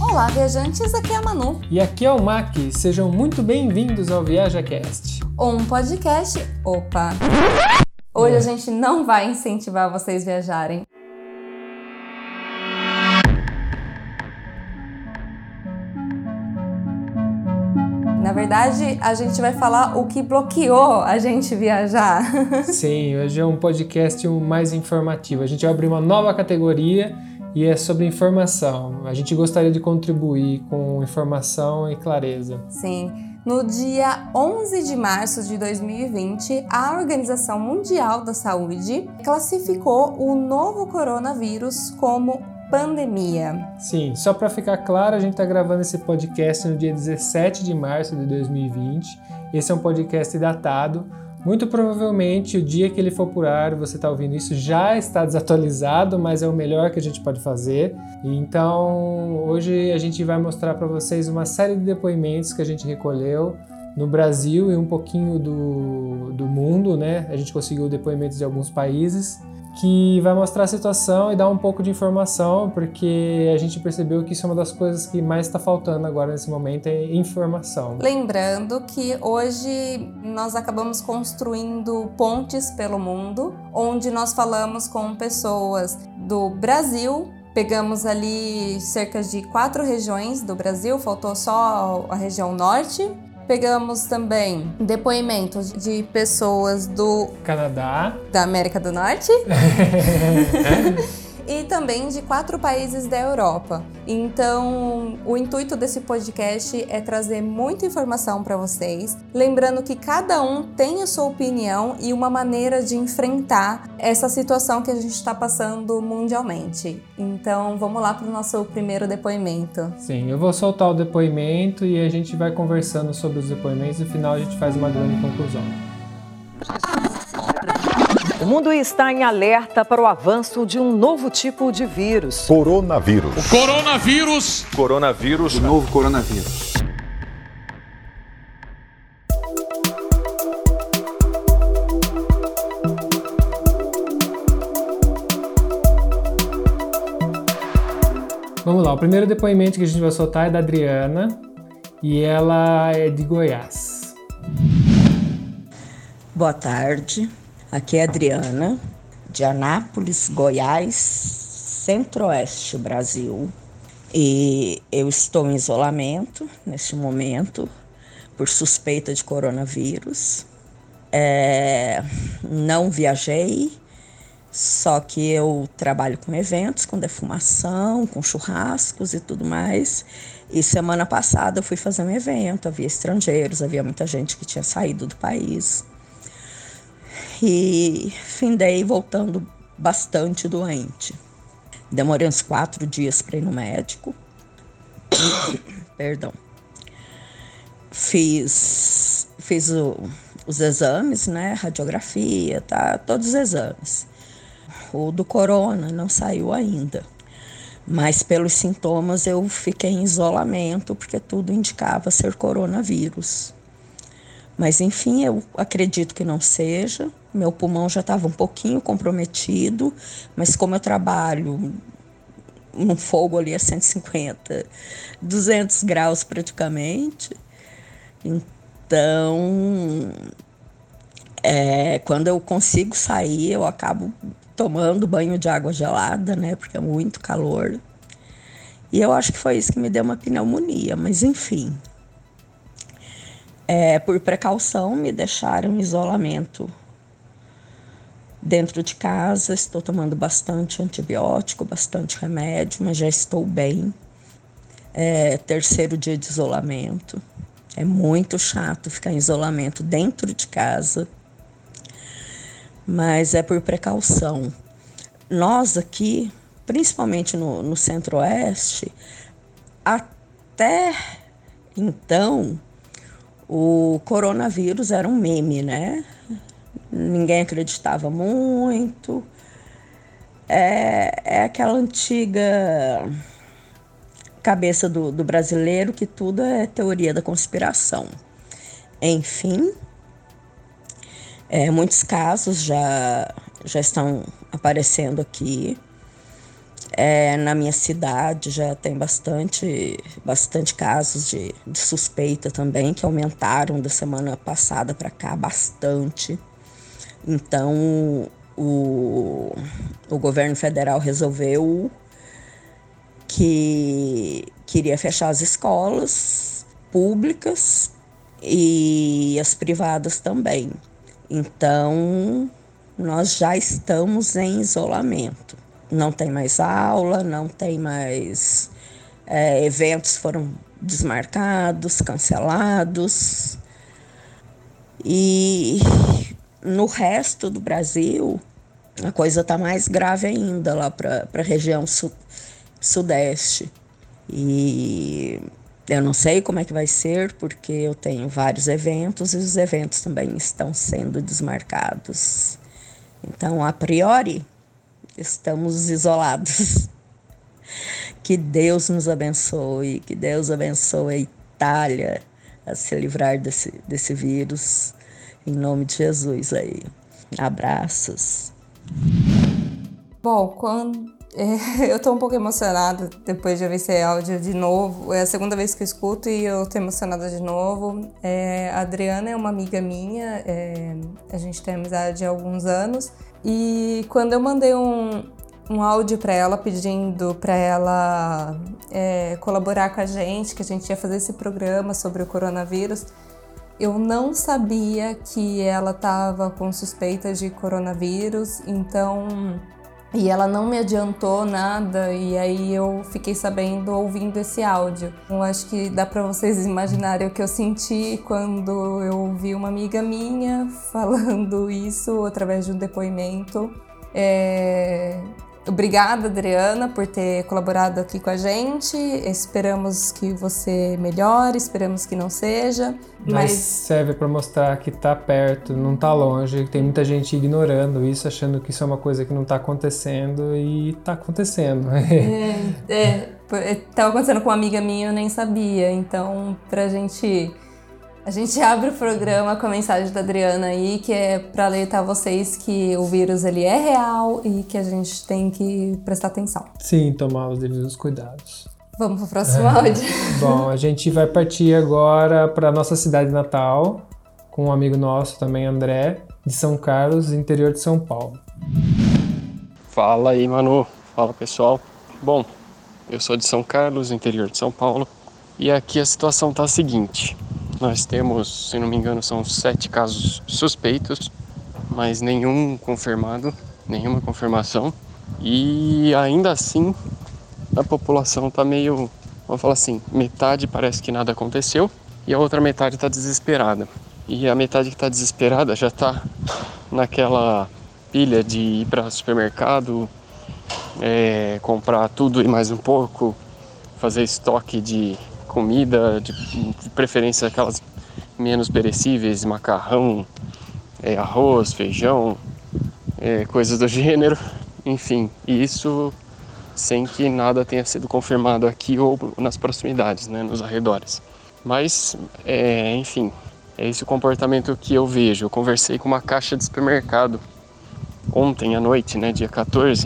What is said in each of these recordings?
Olá, viajantes, aqui é a Manu. E aqui é o Mac, sejam muito bem-vindos ao ViajaCast. Um podcast, Hoje a gente não vai incentivar vocês a viajarem. Na verdade, a gente vai falar o que bloqueou a gente viajar. Sim, hoje é um podcast mais informativo. A gente vai abrir uma nova categoria e é sobre informação. A gente gostaria de contribuir com informação e clareza. Sim. No dia 11 de março de 2020, a Organização Mundial da Saúde classificou o novo coronavírus como pandemia. Sim, só para ficar claro, a gente está gravando esse podcast no dia 17 de março de 2020. Esse é um podcast datado. Muito provavelmente, o dia que ele for pro ar, você está ouvindo isso, já está desatualizado, mas é o melhor que a gente pode fazer. Então, hoje a gente vai mostrar para vocês uma série de depoimentos que a gente recolheu no Brasil e um pouquinho do mundo, né? A gente conseguiu depoimentos de alguns países, que vai mostrar a situação e dar um pouco de informação, porque a gente percebeu que isso é uma das coisas que mais está faltando agora nesse momento, é informação. Lembrando que hoje nós acabamos construindo pontes pelo mundo, onde nós falamos com pessoas do Brasil. Pegamos ali cerca de 4 regiões do Brasil, faltou só a região norte. Pegamos também depoimentos de pessoas do Canadá, da América do Norte e também de 4 países da Europa. Então, o intuito desse podcast é trazer muita informação para vocês, lembrando que cada um tem a sua opinião e uma maneira de enfrentar essa situação que a gente está passando mundialmente. Então, vamos lá para o nosso primeiro depoimento. Sim, eu vou soltar o depoimento e a gente vai conversando sobre os depoimentos e no final a gente faz uma grande conclusão. O mundo está em alerta para o avanço de um novo tipo de vírus. Coronavírus. O coronavírus. Coronavírus. O novo coronavírus. Vamos lá, o primeiro depoimento que a gente vai soltar é da Adriana e ela é de Goiás. Boa tarde. Aqui é a Adriana, de Anápolis, Goiás, Centro-Oeste, Brasil. E eu estou em isolamento neste momento por suspeita de coronavírus. Não viajei, só que eu trabalho com eventos, com defumação, com churrascos e tudo mais. E semana passada eu fui fazer um evento, havia estrangeiros, havia muita gente que tinha saído do país. E findei voltando bastante doente. Demorei uns 4 dias para ir no médico. Perdão. Fiz os exames, né? Radiografia, tá? Todos os exames. O do corona não saiu ainda. Mas pelos sintomas eu fiquei em isolamento, porque tudo indicava ser coronavírus. Mas enfim, eu acredito que não seja. Meu pulmão já estava um pouquinho comprometido, mas como eu trabalho num fogo ali a 150, 200 graus praticamente, então quando eu consigo sair, eu acabo tomando banho de água gelada, né, porque é muito calor. E eu acho que foi isso que me deu uma pneumonia, mas enfim. Por precaução, me deixaram em isolamento dentro de casa. Estou tomando bastante antibiótico, bastante remédio, mas já estou bem. 3º dia de isolamento. É muito chato ficar em isolamento dentro de casa, mas é por precaução. Nós aqui, principalmente no Centro-Oeste, até então, o coronavírus era um meme, né? Ninguém acreditava muito. É aquela antiga cabeça do brasileiro que tudo é teoria da conspiração. Enfim, muitos casos já estão aparecendo aqui. Na minha cidade já tem bastante casos de suspeita também, que aumentaram da semana passada para cá bastante. Então, o governo federal resolveu que queria fechar as escolas públicas e as privadas também. Então, nós já estamos em isolamento. Não tem mais aula, não tem mais... eventos foram desmarcados, cancelados. E no resto do Brasil, a coisa está mais grave ainda, lá para a região sudeste. E eu não sei como é que vai ser, porque eu tenho vários eventos e os eventos também estão sendo desmarcados. Então, a priori, estamos isolados. Que Deus nos abençoe, que Deus abençoe a Itália a se livrar desse vírus. Em nome de Jesus aí. Abraços. Bom, eu tô um pouco emocionada depois de ouvir esse áudio de novo. É a segunda vez que eu escuto e eu tô emocionada de novo. A Adriana é uma amiga minha, a gente tem amizade há alguns anos. E quando eu mandei um áudio para ela pedindo para ela colaborar com a gente, que a gente ia fazer esse programa sobre o coronavírus, eu não sabia que ela estava com suspeita de coronavírus, e ela não me adiantou nada, e aí eu fiquei sabendo ouvindo esse áudio. Eu acho que dá para vocês imaginarem o que eu senti quando eu ouvi uma amiga minha falando isso através de um depoimento. Obrigada, Adriana, por ter colaborado aqui com a gente. Esperamos que você melhore, esperamos que não seja. Mas serve para mostrar que tá perto, não tá longe. Tem muita gente ignorando isso, achando que isso é uma coisa que não tá acontecendo, e tá acontecendo. Tava acontecendo com uma amiga minha, eu nem sabia. Então, a gente abre o programa com a mensagem da Adriana aí, que é para alertar vocês que o vírus ele é real e que a gente tem que prestar atenção. Sim, tomar os devidos cuidados. Vamos pro próximo áudio. Bom, a gente vai partir agora para nossa cidade natal, com um amigo nosso também, André, de São Carlos, interior de São Paulo. Fala aí, Manu. Fala, pessoal. Bom, eu sou de São Carlos, interior de São Paulo, e aqui a situação tá a seguinte. Nós temos, se não me engano, são 7 casos suspeitos, mas nenhum confirmado, nenhuma confirmação. E ainda assim, a população está meio, vamos falar assim, metade parece que nada aconteceu e a outra metade está desesperada. E a metade que está desesperada já está naquela pilha de ir para o supermercado, comprar tudo e mais um pouco, fazer estoque de comida, de preferência aquelas menos perecíveis, macarrão, arroz, feijão, coisas do gênero, enfim, isso sem que nada tenha sido confirmado aqui ou nas proximidades, né, nos arredores. Mas, enfim, é esse o comportamento que eu vejo. Eu conversei com uma caixa de supermercado ontem à noite, né, dia 14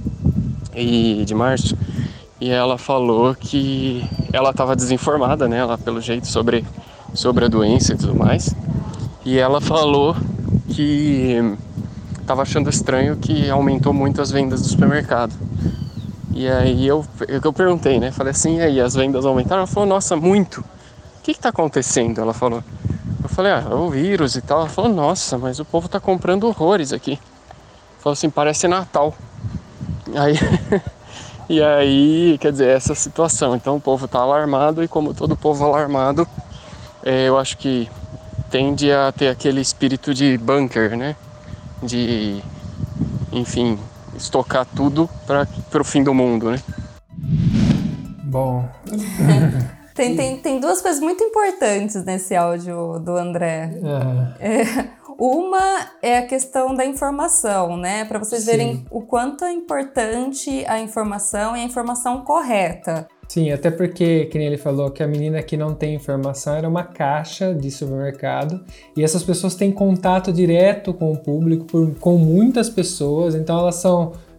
de março, e ela falou que ela estava desinformada, né, ela, pelo jeito, sobre a doença e tudo mais. E ela falou que estava achando estranho que aumentou muito as vendas do supermercado. E aí eu perguntei, né, falei assim, e aí, as vendas aumentaram? Ela falou, nossa, muito. O que está acontecendo? Ela falou. Eu falei, é o vírus e tal. Ela falou, nossa, mas o povo está comprando horrores aqui. Falou assim, parece Natal. Aí... E aí, quer dizer, essa situação. Então o povo está alarmado, e como todo povo alarmado, eu acho que tende a ter aquele espírito de bunker, né? De, enfim, estocar tudo para o fim do mundo, né? Bom... Tem duas coisas muito importantes nesse áudio do André. Uma é a questão da informação, né? Para vocês verem o quanto é importante a informação e a informação correta. Sim, até porque, que nem ele falou, que a menina que não tem informação era uma caixa de supermercado, e essas pessoas têm contato direto com o público, com muitas pessoas, então elas são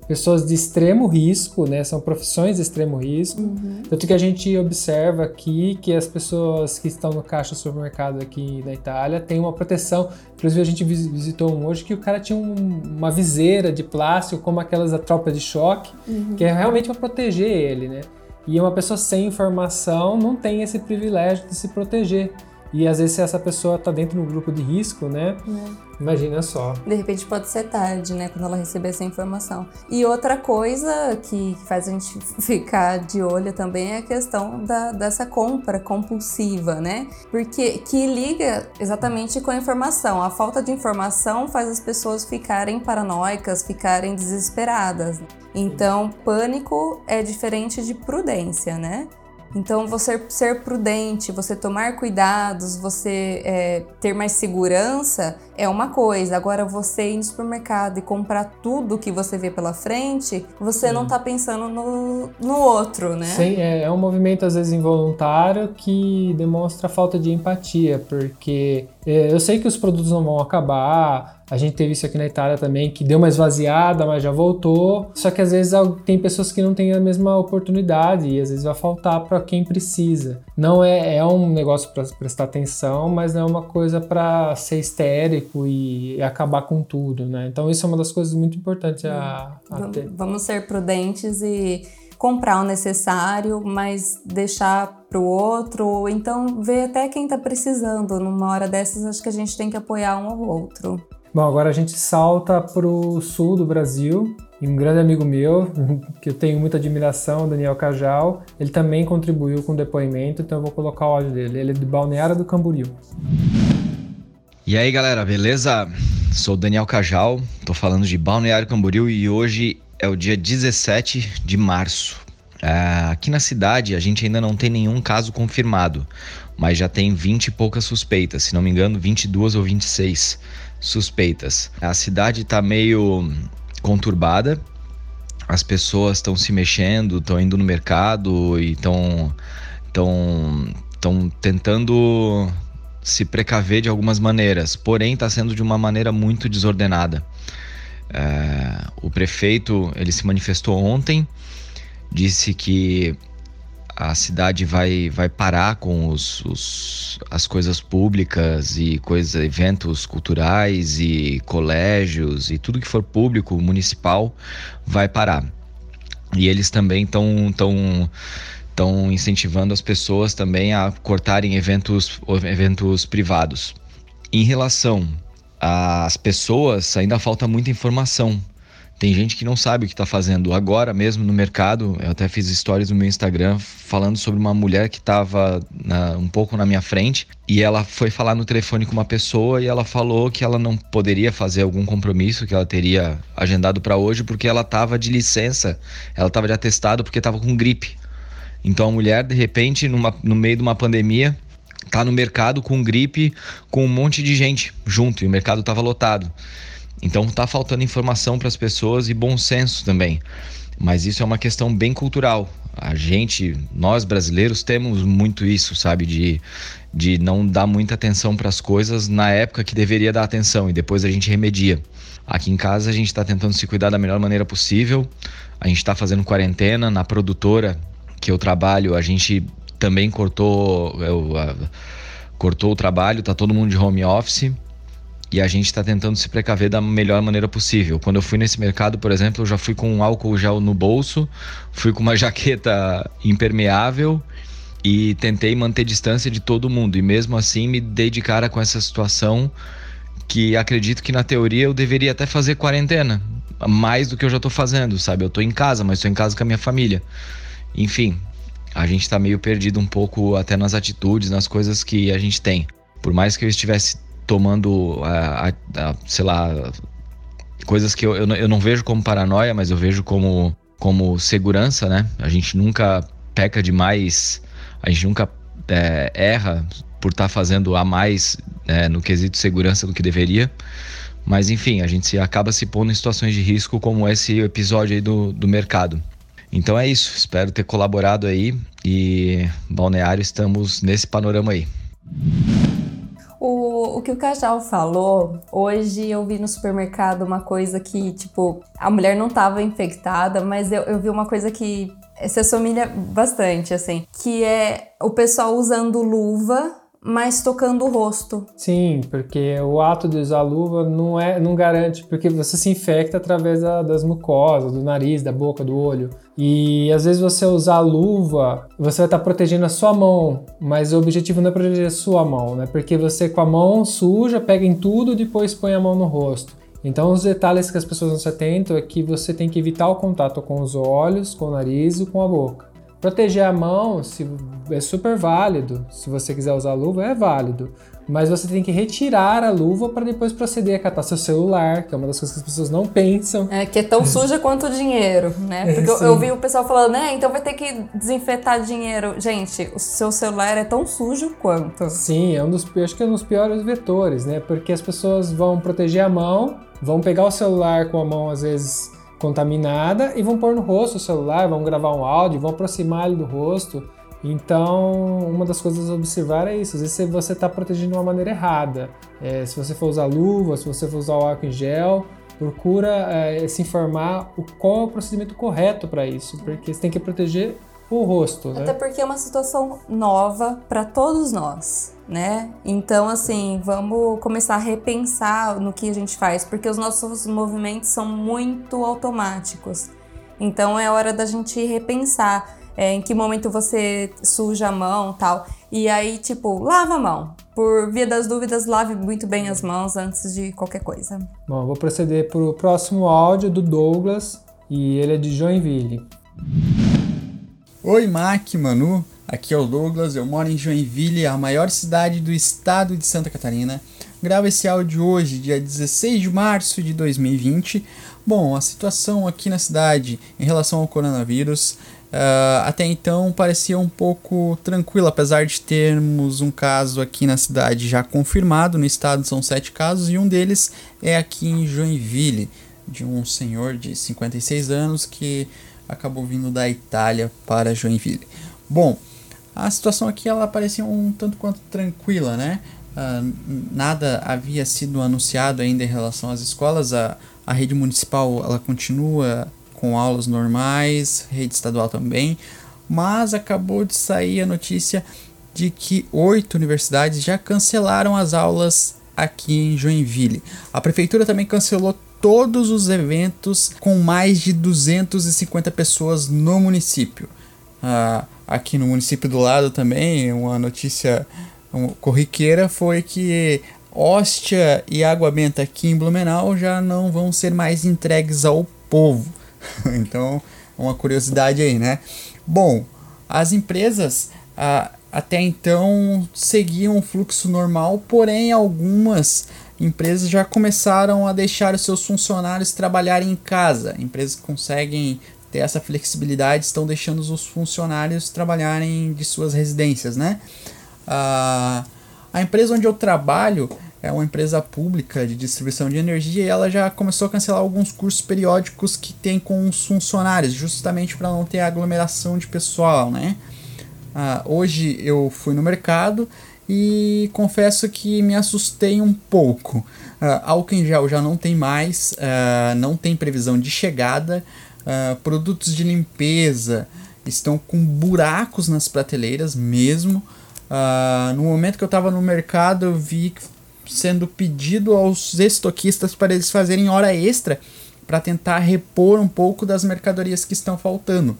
pessoas de extremo risco, né? São profissões de extremo risco. Tanto que a gente observa aqui que as pessoas que estão no caixa do supermercado aqui na Itália têm uma proteção. Inclusive a gente visitou um hoje que o cara tinha uma viseira de plástico, como aquelas da tropa de choque, que é realmente para proteger ele, né? E uma pessoa sem informação não tem esse privilégio de se proteger. E às vezes se essa pessoa está dentro de um grupo de risco, né? Imagina só. De repente pode ser tarde, né? Quando ela receber essa informação. E outra coisa que faz a gente ficar de olho também é a questão dessa compra compulsiva, né? Porque que liga exatamente com a informação. A falta de informação faz as pessoas ficarem paranoicas, ficarem desesperadas. Então, pânico é diferente de prudência, né? Então, você ser prudente, você tomar cuidados, você ter mais segurança é uma coisa. Agora, você ir no supermercado e comprar tudo que você vê pela frente, você não tá pensando no outro, né? Sim, é um movimento, às vezes, involuntário que demonstra falta de empatia, porque eu sei que os produtos não vão acabar. A gente teve isso aqui na Itália também, que deu uma esvaziada, mas já voltou. Só que às vezes tem pessoas que não têm a mesma oportunidade e às vezes vai faltar para quem precisa. Não é um negócio para prestar atenção, mas não é uma coisa para ser histérico e acabar com tudo, né? Então isso é uma das coisas muito importantes a ter. Vamos ser prudentes e comprar o necessário, mas deixar para o outro, ou então ver até quem está precisando. Numa hora dessas, acho que a gente tem que apoiar um ao outro. Bom, agora a gente salta para o sul do Brasil e um grande amigo meu, que eu tenho muita admiração, Daniel Cajal, ele também contribuiu com o depoimento, então eu vou colocar o áudio dele. Ele é de Balneário do Camboriú. E aí, galera, beleza? Sou o Daniel Cajal, tô falando de Balneário Camboriú e hoje é o dia 17 de março. Aqui na cidade a gente ainda não tem nenhum caso confirmado, mas já tem 20 e poucas suspeitas, se não me engano 22 ou 26 suspeitas. A cidade tá meio conturbada, as pessoas estão se mexendo, estão indo no mercado e estão tentando se precaver de algumas maneiras, porém está sendo de uma maneira muito desordenada. O prefeito ele se manifestou ontem, disse que a cidade vai parar com as coisas públicas e eventos culturais e colégios e tudo que for público, municipal, vai parar. E eles também estão incentivando as pessoas também a cortarem eventos privados. Em relação às pessoas, ainda falta muita informação. Tem gente que não sabe o que está fazendo. Agora mesmo no mercado, eu até fiz stories no meu Instagram falando sobre uma mulher que estava um pouco na minha frente e ela foi falar no telefone com uma pessoa e ela falou que ela não poderia fazer algum compromisso que ela teria agendado para hoje porque ela estava de licença, ela estava de atestado porque estava com gripe. Então a mulher, de repente, no meio de uma pandemia, está no mercado com gripe, com um monte de gente junto e o mercado estava lotado. Então tá faltando informação para as pessoas e bom senso também. Mas isso é uma questão bem cultural. Nós brasileiros temos muito isso, sabe? De não dar muita atenção para as coisas na época que deveria dar atenção e depois a gente remedia. Aqui em casa a gente está tentando se cuidar da melhor maneira possível. A gente está fazendo quarentena. Na produtora que eu trabalho, a gente também cortou o trabalho, tá todo mundo de home office. E a gente está tentando se precaver da melhor maneira possível. Quando eu fui nesse mercado, por exemplo, eu já fui com um álcool gel no bolso, fui com uma jaqueta impermeável e tentei manter distância de todo mundo. E mesmo assim me dei de cara com essa situação que acredito que na teoria eu deveria até fazer quarentena. Mais do que eu já estou fazendo, sabe? Eu estou em casa, mas estou em casa com a minha família. Enfim, a gente está meio perdido um pouco até nas atitudes, nas coisas que a gente tem. Por mais que eu estivesse tomando, sei lá, coisas que eu não vejo como paranoia, mas eu vejo como segurança, né? A gente nunca peca demais, a gente nunca erra por estar fazendo a mais no quesito segurança do que deveria. Mas enfim, a gente acaba se pondo em situações de risco como esse episódio aí do mercado. Então é isso, espero ter colaborado aí e Balneário, estamos nesse panorama aí. o que o Cajal falou, hoje eu vi no supermercado uma coisa que, tipo, a mulher não tava infectada, mas eu vi uma coisa que se assemelha bastante, assim, que é o pessoal usando luva, mas tocando o rosto. Sim, porque o ato de usar luva não garante, porque você se infecta através das mucosas, do nariz, da boca, do olho. E às vezes você usar a luva, você vai estar protegendo a sua mão, mas o objetivo não é proteger a sua mão, né? Porque você com a mão suja, pega em tudo e depois põe a mão no rosto. Então os detalhes que as pessoas não se atentam é que você tem que evitar o contato com os olhos, com o nariz e com a boca. Proteger a mão é super válido, se você quiser usar a luva é válido, mas você tem que retirar a luva para depois proceder a catar seu celular, que é uma das coisas que as pessoas não pensam. É, que é tão suja quanto o dinheiro, né? Porque eu vi o pessoal falando, né, então vai ter que desinfetar dinheiro. Gente, o seu celular é tão sujo quanto. Sim, acho que é um dos piores vetores, né? Porque as pessoas vão proteger a mão, vão pegar o celular com a mão às vezes contaminada e vão pôr no rosto o celular, vão gravar um áudio, vão aproximar ele do rosto. Então, uma das coisas a observar é isso. Às vezes você está protegendo de uma maneira errada. Se você for usar luva, se você for usar o álcool em gel, procura se informar qual é o procedimento correto para isso, porque você tem que proteger o rosto, né? Até porque é uma situação nova para todos nós, né? Então, assim, vamos começar a repensar no que a gente faz, porque os nossos movimentos são muito automáticos. Então, é hora da gente repensar em que momento você suja a mão e tal. E aí, tipo, lava a mão. Por via das dúvidas, lave muito bem as mãos antes de qualquer coisa. Bom, vou proceder para o próximo áudio do Douglas, e ele é de Joinville. Oi, Mac, Manu, aqui é o Douglas, eu moro em Joinville, a maior cidade do estado de Santa Catarina. Gravo esse áudio hoje, dia 16 de março de 2020. Bom, a situação aqui na cidade em relação ao coronavírus até então parecia um pouco tranquila, apesar de termos um caso aqui na cidade já confirmado. No estado são 7 casos e um deles é aqui em Joinville, de um senhor de 56 anos que acabou vindo da Itália para Joinville. Bom, a situação aqui ela parecia um tanto quanto tranquila, né? Nada havia sido anunciado ainda em relação às escolas. A rede municipal ela continua com aulas normais, rede estadual também, mas acabou de sair a notícia de que 8 universidades já cancelaram as aulas aqui em Joinville. A prefeitura também cancelou todos os eventos com mais de 250 pessoas no município. Aqui no município do lado também, uma notícia corriqueira foi que hóstia e água benta aqui em Blumenau já não vão ser mais entregues ao povo. Então, uma curiosidade aí, né? Bom, as empresas até então seguiam o fluxo normal, porém algumas empresas já começaram a deixar os seus funcionários trabalharem em casa. Empresas que conseguem ter essa flexibilidade estão deixando os funcionários trabalharem de suas residências, né? A empresa onde eu trabalho é uma empresa pública de distribuição de energia e ela já começou a cancelar alguns cursos periódicos que tem com os funcionários, justamente para não ter aglomeração de pessoal, né? Hoje eu fui no mercado e confesso que me assustei um pouco. Álcool em gel já não tem mais, não tem previsão de chegada, produtos de limpeza estão com buracos nas prateleiras mesmo. No momento que eu estava no mercado, eu vi sendo pedido aos estoquistas para eles fazerem hora extra para tentar repor um pouco das mercadorias que estão faltando.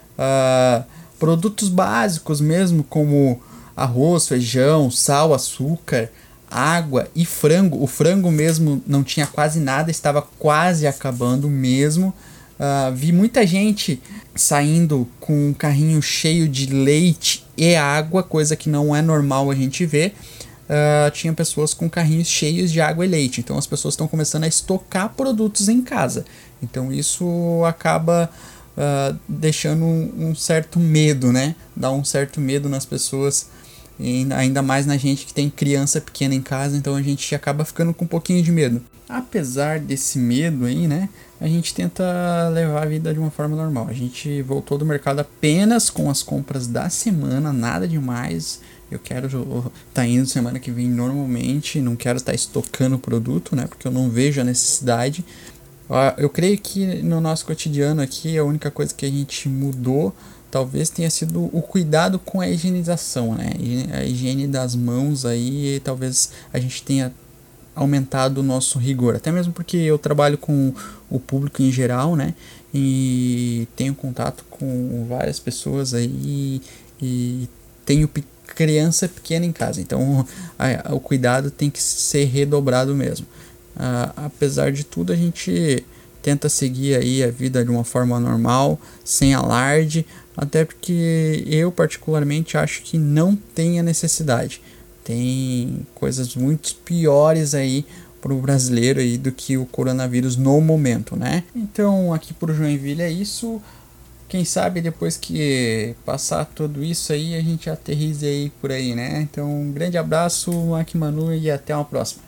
Produtos básicos mesmo, como arroz, feijão, sal, açúcar, água e frango. O frango mesmo não tinha quase nada, estava quase acabando mesmo. Vi muita gente saindo com um carrinho cheio de leite e água, coisa que não é normal a gente ver. Tinha pessoas com carrinhos cheios de água e leite. Então as pessoas estão começando a estocar produtos em casa. Então isso acaba deixando um certo medo, né? Dá um certo medo nas pessoas, e ainda mais na gente que tem criança pequena em casa. Então a gente acaba ficando com um pouquinho de medo. apesar desse medo aí, né, a gente tenta levar a vida de uma forma normal. A gente voltou do mercado apenas com as compras da semana, nada demais. Eu quero estar indo semana que vem normalmente, não quero estar estocando o produto, né, porque eu não vejo a necessidade. Eu creio que no nosso cotidiano aqui, a única coisa que a gente mudou talvez tenha sido o cuidado com a higienização, né? A higiene das mãos aí, talvez a gente tenha aumentado o nosso rigor, até mesmo porque eu trabalho com o público em geral, né? E tenho contato com várias pessoas aí e tenho criança pequena em casa, então o cuidado tem que ser redobrado mesmo. Apesar de tudo, a gente tenta seguir aí a vida de uma forma normal, sem alarde, até porque eu particularmente acho que não tem a necessidade. Tem coisas muito piores aí para o brasileiro aí do que o coronavírus no momento, né? Então aqui por Joinville é isso. Quem sabe depois que passar tudo isso aí a gente aterrize aí por aí, né? Então um grande abraço, Mac Manu, e até uma próxima.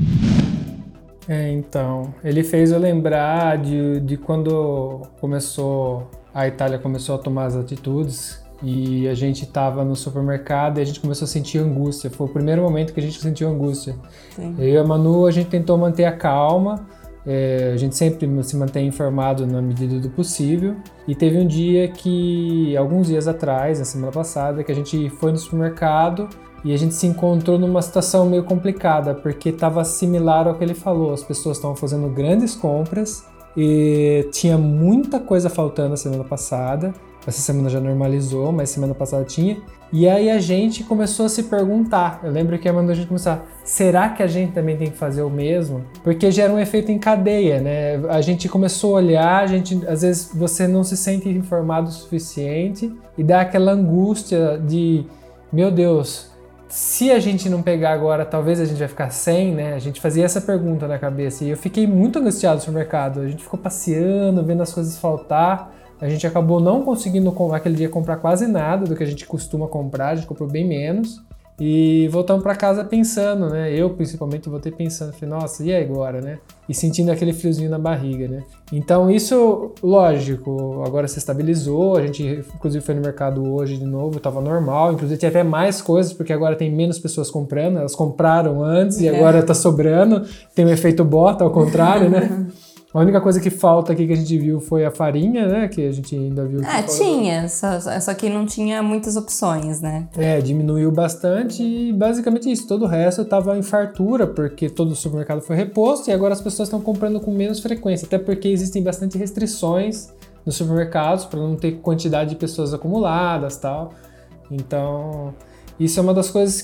Então, ele fez eu lembrar de quando a Itália começou a tomar as atitudes e a gente estava no supermercado e a gente começou a sentir angústia. Foi o primeiro momento que a gente sentiu angústia. Sim. Eu e a Manu, a gente tentou manter a calma, a gente sempre se mantém informado na medida do possível. E teve um dia alguns dias atrás, na semana passada, que a gente foi no supermercado e a gente se encontrou numa situação meio complicada, porque estava similar ao que ele falou. As pessoas estavam fazendo grandes compras e tinha muita coisa faltando a semana passada. Essa semana já normalizou, mas semana passada tinha. E aí a gente começou a se perguntar. Eu lembro que a gente começou a... Será que a gente também tem que fazer o mesmo? Porque gera um efeito em cadeia, né? A gente começou a olhar, às vezes você não se sente informado o suficiente e dá aquela angústia de, meu Deus, se a gente não pegar agora, talvez a gente vai ficar sem, né? A gente fazia essa pergunta na cabeça e eu fiquei muito angustiado no supermercado. A gente ficou passeando, vendo as coisas faltar. A gente acabou não conseguindo aquele dia comprar quase nada do que a gente costuma comprar, a gente comprou bem menos. E voltamos para casa pensando, né? Eu principalmente voltei pensando, falei, nossa, e agora, né? E sentindo aquele friozinho na barriga, né? Então isso, lógico, agora se estabilizou, a gente inclusive foi no mercado hoje de novo, estava normal, inclusive tinha até mais coisas, porque agora tem menos pessoas comprando, elas compraram antes e agora tá sobrando, tem um efeito bota ao contrário, né? A única coisa que falta aqui que a gente viu foi a farinha, né? Que a gente ainda viu. Tinha, só que não tinha muitas opções, né? Diminuiu bastante e basicamente isso. Todo o resto tava em fartura, porque todo o supermercado foi reposto e agora as pessoas estão comprando com menos frequência. Até porque existem bastante restrições nos supermercados para não ter quantidade de pessoas acumuladas e tal. Então... Isso é uma das coisas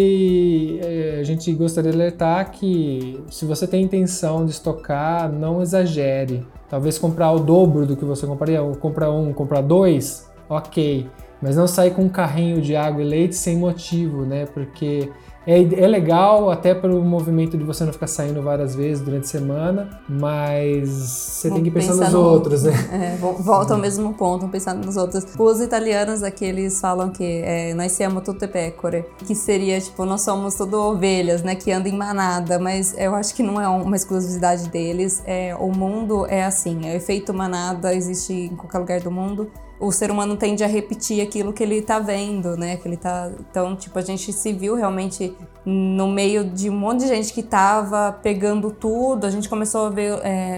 que a gente gostaria de alertar, que se você tem intenção de estocar, não exagere. Talvez comprar o dobro do que você compraria, ou comprar dois, ok. Mas não sair com um carrinho de água e leite sem motivo, né? Porque é legal até para o movimento de você não ficar saindo várias vezes durante a semana, mas você tem que pensar nos outros, né? Volta ao mesmo ponto, pensar nos outros. Os italianos aqui, eles falam que nós siamo tutte pecore, que seria, tipo, nós somos tudo ovelhas, né? Que andam em manada, mas eu acho que não é uma exclusividade deles. O mundo é assim, o efeito manada existe em qualquer lugar do mundo. O ser humano tende a repetir aquilo que ele tá vendo, né? Então, tipo, a gente se viu realmente no meio de um monte de gente que tava pegando tudo. A gente começou a ver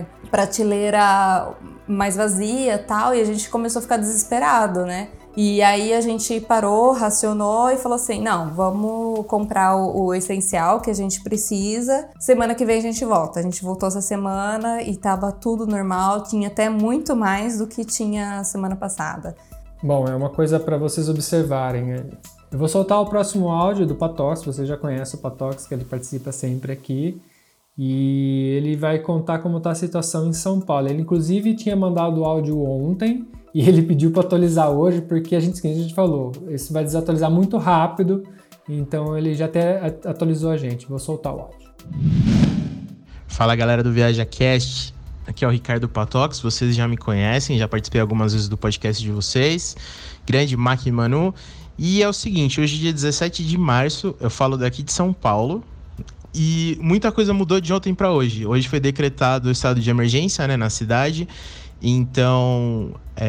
prateleira mais vazia e tal, e a gente começou a ficar desesperado, né? E aí a gente parou, racionou e falou assim, não, vamos comprar o essencial que a gente precisa, semana que vem a gente volta. A gente voltou essa semana e tava tudo normal, tinha até muito mais do que tinha semana passada. Bom, é uma coisa para vocês observarem. Eu vou soltar o próximo áudio do Patox, você já conhece o Patox, que ele participa sempre aqui, e ele vai contar como está a situação em São Paulo. Ele inclusive tinha mandado o áudio ontem, e ele pediu para atualizar hoje, porque a gente falou, isso vai desatualizar muito rápido, então ele já até atualizou a gente. Vou soltar o áudio. Fala galera do ViajaCast, aqui é o Ricardo Patox, vocês já me conhecem, já participei algumas vezes do podcast de vocês, grande Mac Manu, e é o seguinte, hoje dia 17 de março, eu falo daqui de São Paulo, E muita coisa mudou de ontem para hoje. Hoje foi decretado o estado de emergência, né, na cidade. Então,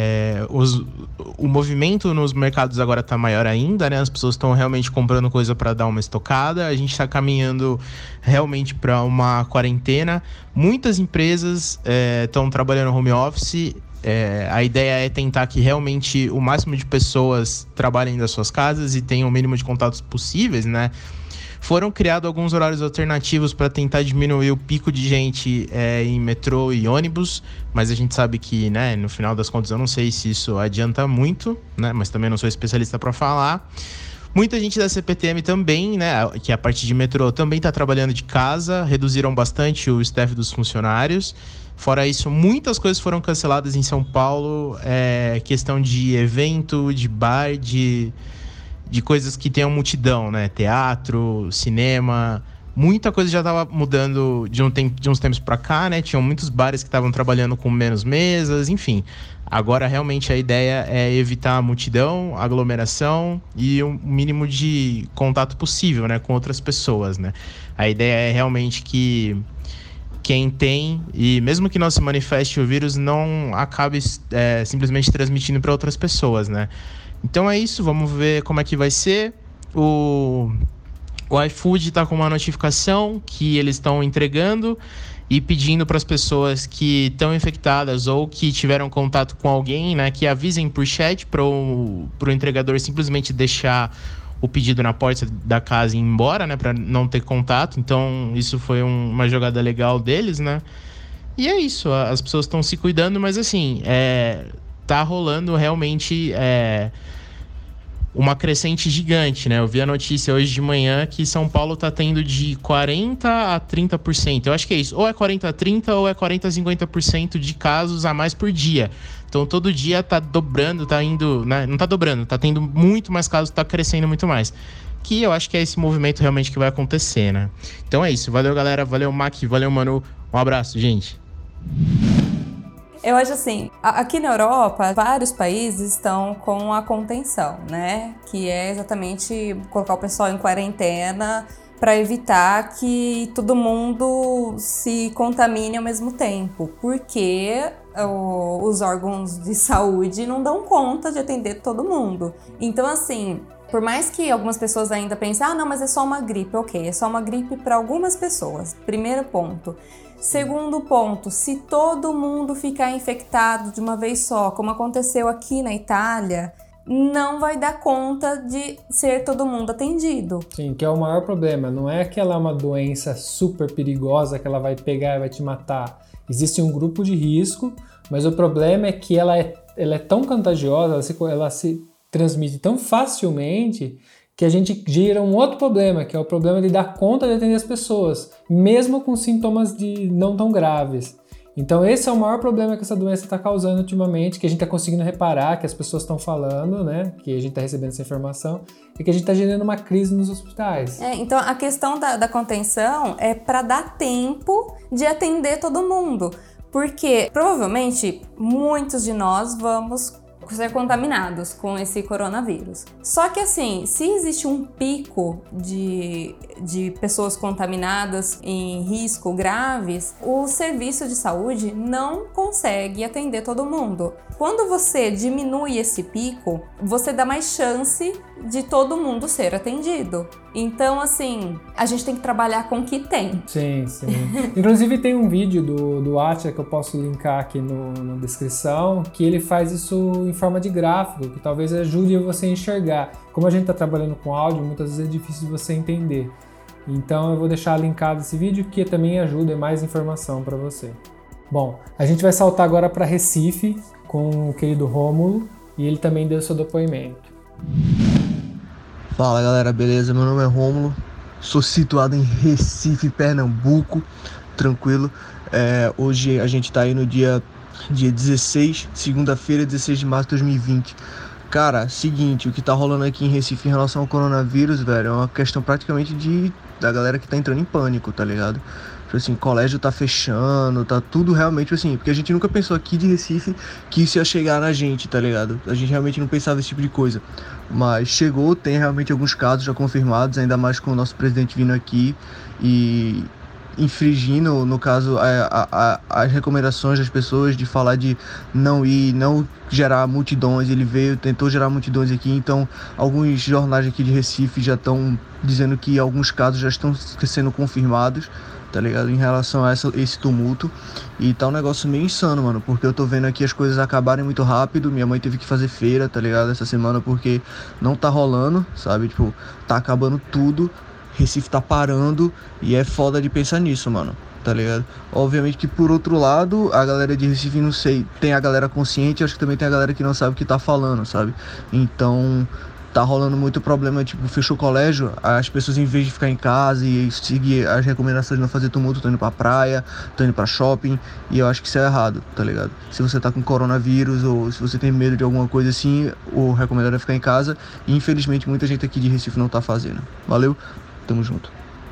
o movimento nos mercados agora está maior ainda, né? As pessoas estão realmente comprando coisa para dar uma estocada. A gente está caminhando realmente para uma quarentena. Muitas empresas estão trabalhando home office. A ideia é tentar que realmente o máximo de pessoas trabalhem das suas casas e tenham o mínimo de contatos possíveis, né? Foram criados alguns horários alternativos para tentar diminuir o pico de gente em metrô e ônibus, mas a gente sabe que, né, no final das contas, eu não sei se isso adianta muito, né, mas também não sou especialista para falar. Muita gente da CPTM também, né, que é a parte de metrô, também está trabalhando de casa, reduziram bastante o staff dos funcionários. Fora isso, muitas coisas foram canceladas em São Paulo, questão de evento, de bar, de coisas que tenham multidão, né? Teatro, cinema, muita coisa já estava mudando de uns tempos para cá, né? Tinham muitos bares que estavam trabalhando com menos mesas, enfim. Agora, realmente, a ideia é evitar a multidão, aglomeração e o mínimo de contato possível, né? Com outras pessoas, né? A ideia é realmente que quem tem, e mesmo que não se manifeste o vírus, não acabe simplesmente transmitindo para outras pessoas, né? Então é isso, vamos ver como é que vai ser. O iFood está com uma notificação que eles estão entregando e pedindo para as pessoas que estão infectadas ou que tiveram contato com alguém, né, que avisem por chat para o entregador simplesmente deixar o pedido na porta da casa e ir embora, né, para não ter contato. Então isso foi uma jogada legal deles, né? E é isso, as pessoas estão se cuidando, mas assim, tá rolando realmente uma crescente gigante, né? Eu vi a notícia hoje de manhã que São Paulo tá tendo de 40% a 30%. Eu acho que é isso. Ou é 40% a 30% ou é 40% a 50% de casos a mais por dia. Então, todo dia tá dobrando, tá indo... Né? Não tá dobrando, tá tendo muito mais casos, tá crescendo muito mais. Que eu acho que é esse movimento realmente que vai acontecer, né? Então é isso. Valeu, galera. Valeu, Mac. Valeu, Manu. Um abraço, gente. Eu acho assim, aqui na Europa, vários países estão com a contenção, né? Que é exatamente colocar o pessoal em quarentena para evitar que todo mundo se contamine ao mesmo tempo, porque os órgãos de saúde não dão conta de atender todo mundo. Então, assim, por mais que algumas pessoas ainda pensem, não, mas é só uma gripe, ok, é só uma gripe para algumas pessoas. Primeiro ponto. Segundo ponto, se todo mundo ficar infectado de uma vez só, como aconteceu aqui na Itália, não vai dar conta de ser todo mundo atendido. Sim, que é o maior problema. Não é que ela é uma doença super perigosa que ela vai pegar e vai te matar. Existe um grupo de risco, mas o problema é que ela é tão contagiosa, ela se transmite tão facilmente que a gente gera um outro problema, que é o problema de dar conta de atender as pessoas, mesmo com sintomas não tão graves. Então esse é o maior problema que essa doença está causando ultimamente, que a gente está conseguindo reparar, que as pessoas estão falando, né? Que a gente está recebendo essa informação, e que a gente está gerando uma crise nos hospitais. Então a questão da contenção é para dar tempo de atender todo mundo, porque provavelmente muitos de nós vamos ser contaminados com esse coronavírus. Só que assim, se existe um pico de pessoas contaminadas em risco graves, o serviço de saúde não consegue atender todo mundo. Quando você diminui esse pico, você dá mais chance de todo mundo ser atendido. Então, assim, a gente tem que trabalhar com o que tem. Sim, sim. Inclusive tem um vídeo do Atila que eu posso linkar aqui na descrição, que ele faz isso em forma de gráfico, que talvez ajude você a enxergar. Como a gente está trabalhando com áudio, muitas vezes é difícil de você entender. Então eu vou deixar linkado esse vídeo, que também ajuda, é mais informação para você. Bom, a gente vai saltar agora para Recife com o querido Rômulo, e ele também deu seu depoimento. Fala galera, beleza? Meu nome é Rômulo, sou situado em Recife, Pernambuco, tranquilo. Hoje a gente tá aí no dia 16, segunda-feira, 16 de março de 2020. Cara, seguinte, o que tá rolando aqui em Recife em relação ao coronavírus, velho, é uma questão praticamente da galera que tá entrando em pânico, tá ligado? Tipo assim, colégio tá fechando, tá tudo realmente assim, porque a gente nunca pensou aqui de Recife que isso ia chegar na gente, tá ligado? A gente realmente não pensava esse tipo de coisa. Mas chegou, tem realmente alguns casos já confirmados, ainda mais com o nosso presidente vindo aqui e infringindo, no caso, as recomendações das pessoas de falar de não ir, não gerar multidões. Ele veio, tentou gerar multidões aqui, então alguns jornais aqui de Recife já estão dizendo que alguns casos já estão sendo confirmados, tá ligado? Em relação a esse tumulto. E tá um negócio meio insano, mano, porque eu tô vendo aqui as coisas acabarem muito rápido. Minha mãe teve que fazer feira, tá ligado? Essa semana, porque não tá rolando, sabe? Tipo, tá acabando tudo. Recife tá parando e é foda de pensar nisso, mano, tá ligado? Obviamente que por outro lado, a galera de Recife, não sei, tem a galera consciente, acho que também tem a galera que não sabe o que tá falando, sabe? Então tá rolando muito problema, tipo, fechou o colégio, as pessoas em vez de ficar em casa e seguir as recomendações de não fazer tumulto, estão indo pra praia, estão indo pra shopping, e eu acho que isso é errado, tá ligado? Se você tá com coronavírus ou se você tem medo de alguma coisa assim, o recomendado é ficar em casa, e infelizmente muita gente aqui de Recife não tá fazendo. Valeu? Tamo junto.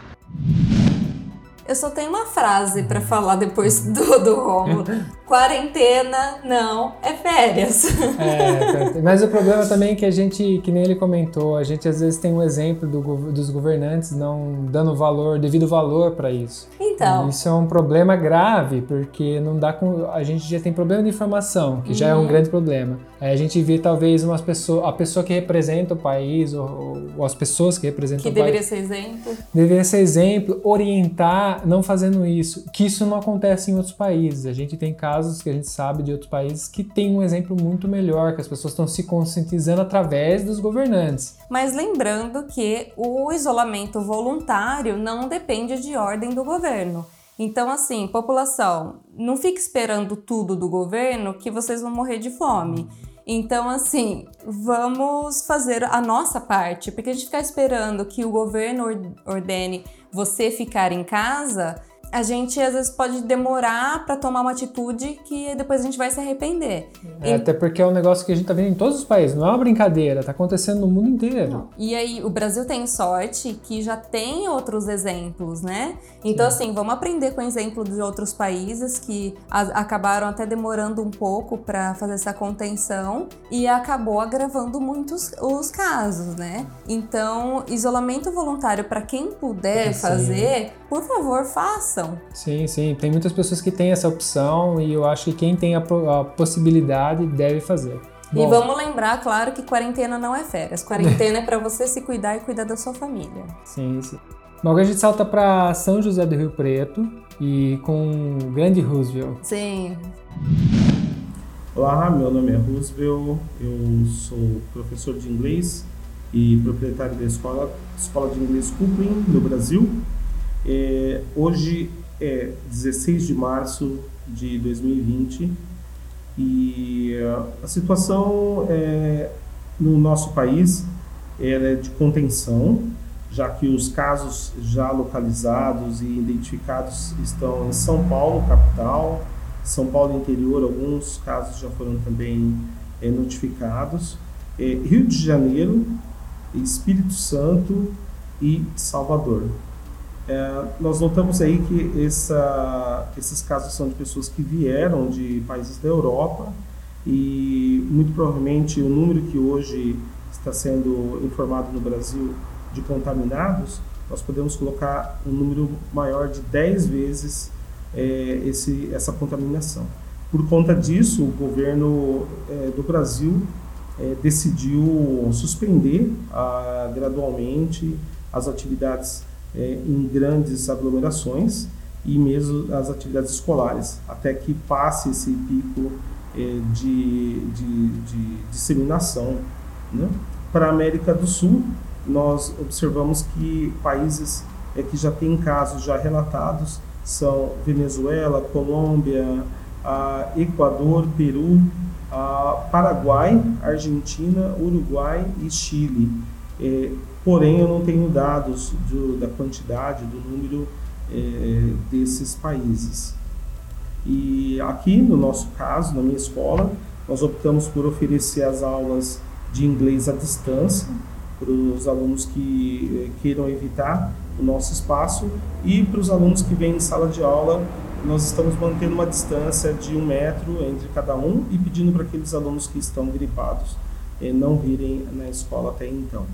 Eu só tenho uma frase pra falar depois do Rômulo. Quarentena não é férias. Mas o problema também é que a gente, que nem ele comentou, a gente às vezes tem um exemplo dos governantes não dando devido valor para isso. Então. E isso é um problema grave, porque não dá a gente já tem problema de informação, que já é um grande problema. Aí a gente vê talvez a pessoa que representa o país, ou as pessoas que representam o país. Que deveria ser exemplo. Deveria ser exemplo, orientar, não fazendo isso. Que isso não acontece em outros países. A gente tem casos que a gente sabe de outros países que tem um exemplo muito melhor, que as pessoas estão se conscientizando através dos governantes. Mas lembrando que o isolamento voluntário não depende de ordem do governo. Então, assim, população, não fique esperando tudo do governo que vocês vão morrer de fome. Então, assim, vamos fazer a nossa parte, porque a gente ficar esperando que o governo ordene você ficar em casa, a gente às vezes pode demorar para tomar uma atitude que depois a gente vai se arrepender. Até porque é um negócio que a gente tá vendo em todos os países, não é uma brincadeira, tá acontecendo no mundo inteiro. Não. E aí, o Brasil tem sorte que já tem outros exemplos, né? Então, assim, vamos aprender com o exemplo de outros países que acabaram até demorando um pouco para fazer essa contenção e acabou agravando muito os casos, né? Então, isolamento voluntário para quem puder fazer, por favor, façam. Sim, tem muitas pessoas que têm essa opção e eu acho que quem tem a possibilidade deve fazer. Bom. E vamos lembrar, claro, que quarentena não é férias. Quarentena é para você se cuidar e cuidar da sua família. Sim. Bom, agora a gente salta para São José do Rio Preto e com o grande Roosevelt. Sim. Olá, meu nome é Roosevelt, eu sou professor de inglês e proprietário da escola de inglês Coupling, no Brasil. Hoje é 16 de março de 2020 e a situação no nosso país é de contenção, já que os casos já localizados e identificados estão em São Paulo, capital, São Paulo interior, alguns casos já foram também notificados, Rio de Janeiro, Espírito Santo e Salvador. Nós notamos aí que esses casos são de pessoas que vieram de países da Europa e muito provavelmente o número que hoje está sendo informado no Brasil de contaminados, nós podemos colocar um número maior de 10 vezes essa contaminação. Por conta disso, o governo do Brasil decidiu suspender gradualmente as atividades em grandes aglomerações e mesmo as atividades escolares, até que passe esse pico de disseminação, né? Para a América do Sul, nós observamos que países que já têm casos já relatados são Venezuela, Colômbia, Equador, Peru, Paraguai, Argentina, Uruguai e Chile. Porém, eu não tenho dados da quantidade, do número desses países. E aqui, no nosso caso, na minha escola, nós optamos por oferecer as aulas de inglês à distância para os alunos que queiram evitar o nosso espaço e para os alunos que vêm em sala de aula, nós estamos mantendo uma distância de 1 metro entre cada um e pedindo para aqueles alunos que estão gripados não virem na escola até então.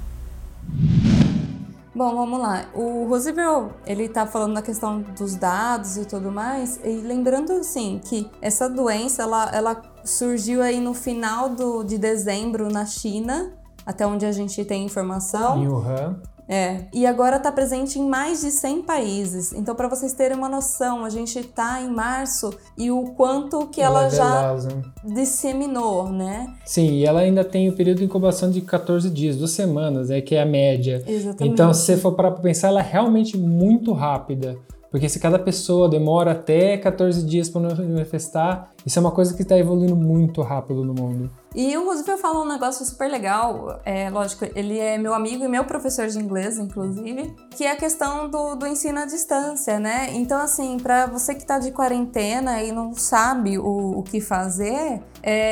Bom, vamos lá. O Roosevelt, ele tá falando da questão dos dados e tudo mais, e lembrando, assim, que essa doença, ela surgiu aí no final de dezembro na China, até onde a gente tem informação. Em Wuhan. E agora está presente em mais de 100 países. Então, para vocês terem uma noção, a gente está em março e o quanto que ela já disseminou, né? Sim, e ela ainda tem o período de incubação de 14 dias, 2 semanas, que é a média. Exatamente. Então, se você for parar para pensar, ela é realmente muito rápida. Porque se cada pessoa demora até 14 dias para manifestar, isso é uma coisa que está evoluindo muito rápido no mundo. E o Roosevelt falou um negócio super legal, lógico, ele é meu amigo e meu professor de inglês, inclusive, que é a questão do ensino à distância, né? Então, assim, para você que tá de quarentena e não sabe o que fazer,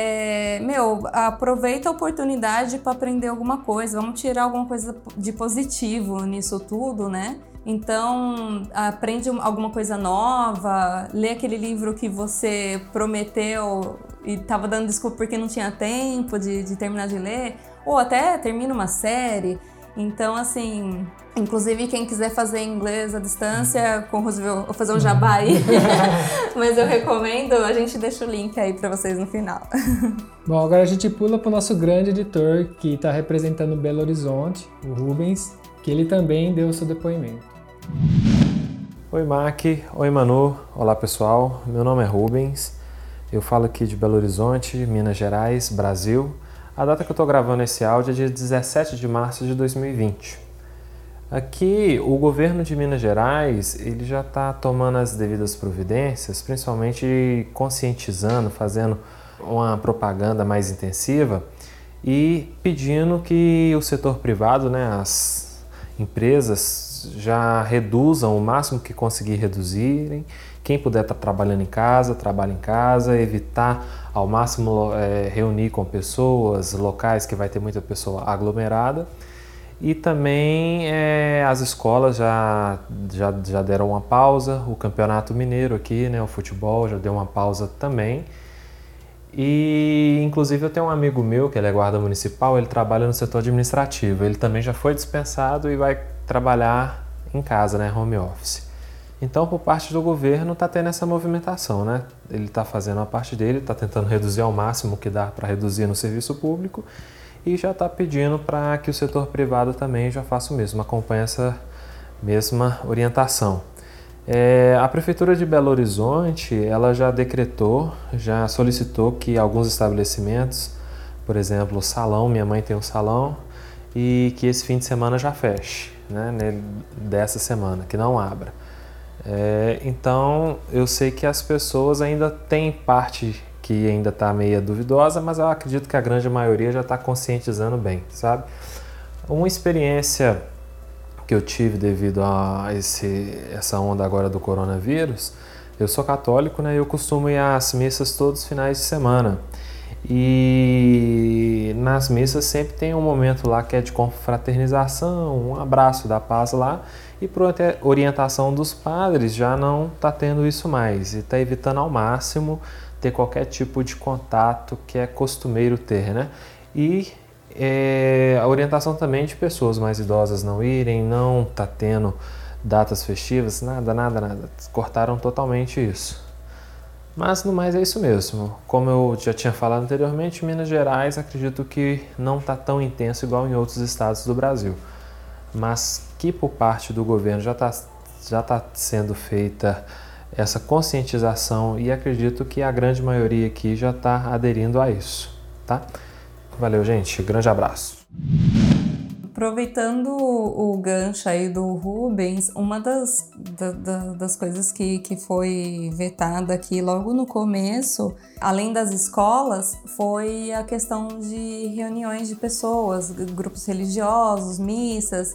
aproveita a oportunidade para aprender alguma coisa, vamos tirar alguma coisa de positivo nisso tudo, né? Então, aprende alguma coisa nova, lê aquele livro que você prometeu e estava dando desculpa porque não tinha tempo de terminar de ler, ou até termina uma série. Então, assim, inclusive quem quiser fazer inglês à distância, com o Roosevelt, vou fazer um jabá aí, mas eu recomendo, a gente deixa o link aí para vocês no final. Bom, agora a gente pula para o nosso grande editor que está representando Belo Horizonte, o Rubens, que ele também deu o seu depoimento. Oi Mac, oi Manu, olá pessoal, meu nome é Rubens, eu falo aqui de Belo Horizonte, Minas Gerais, Brasil. A data que eu estou gravando esse áudio é dia 17 de março de 2020. Aqui o governo de Minas Gerais ele já está tomando as devidas providências, principalmente conscientizando, fazendo uma propaganda mais intensiva e pedindo que o setor privado, né, as empresas já reduzam o máximo que conseguir reduzirem. Quem puder estar trabalhando em casa, trabalhe em casa, evitar ao máximo reunir com pessoas, locais que vai ter muita pessoa aglomerada. E também as escolas já deram uma pausa, o Campeonato Mineiro aqui, né, o futebol já deu uma pausa também. E inclusive eu tenho um amigo meu que ele é guarda municipal, ele trabalha no setor administrativo, ele também já foi dispensado e vai trabalhar em casa, né, home office. Então, por parte do governo, está tendo essa movimentação, né? Ele está fazendo a parte dele, está tentando reduzir ao máximo que dá para reduzir no serviço público e já está pedindo para que o setor privado também já faça o mesmo, acompanhe essa mesma orientação. A Prefeitura de Belo Horizonte, ela já decretou, já solicitou que alguns estabelecimentos, por exemplo, o salão, minha mãe tem um salão, e que esse fim de semana já feche, né, dessa semana, que não abra. Então, eu sei que as pessoas ainda têm parte que ainda está meio duvidosa, mas eu acredito que a grande maioria já está conscientizando bem, sabe? Uma experiência que eu tive devido a essa onda agora do coronavírus, eu sou católico, né? Eu costumo ir às missas todos os finais de semana. E nas missas sempre tem um momento lá que é de confraternização, um abraço da paz lá, e por orientação dos padres já não está tendo isso mais, e está evitando ao máximo ter qualquer tipo de contato que é costumeiro ter, né? E a orientação também de pessoas mais idosas não irem, não está tendo datas festivas, nada, cortaram totalmente isso. Mas no mais é isso mesmo. Como eu já tinha falado anteriormente, Minas Gerais acredito que não está tão intenso igual em outros estados do Brasil. Mas que por parte do governo já está sendo feita essa conscientização e acredito que a grande maioria aqui já está aderindo a isso, tá? Valeu, gente. Grande abraço. Aproveitando o gancho aí do Rubens, uma das coisas que foi vetada aqui logo no começo, além das escolas, foi a questão de reuniões de pessoas, grupos religiosos, missas.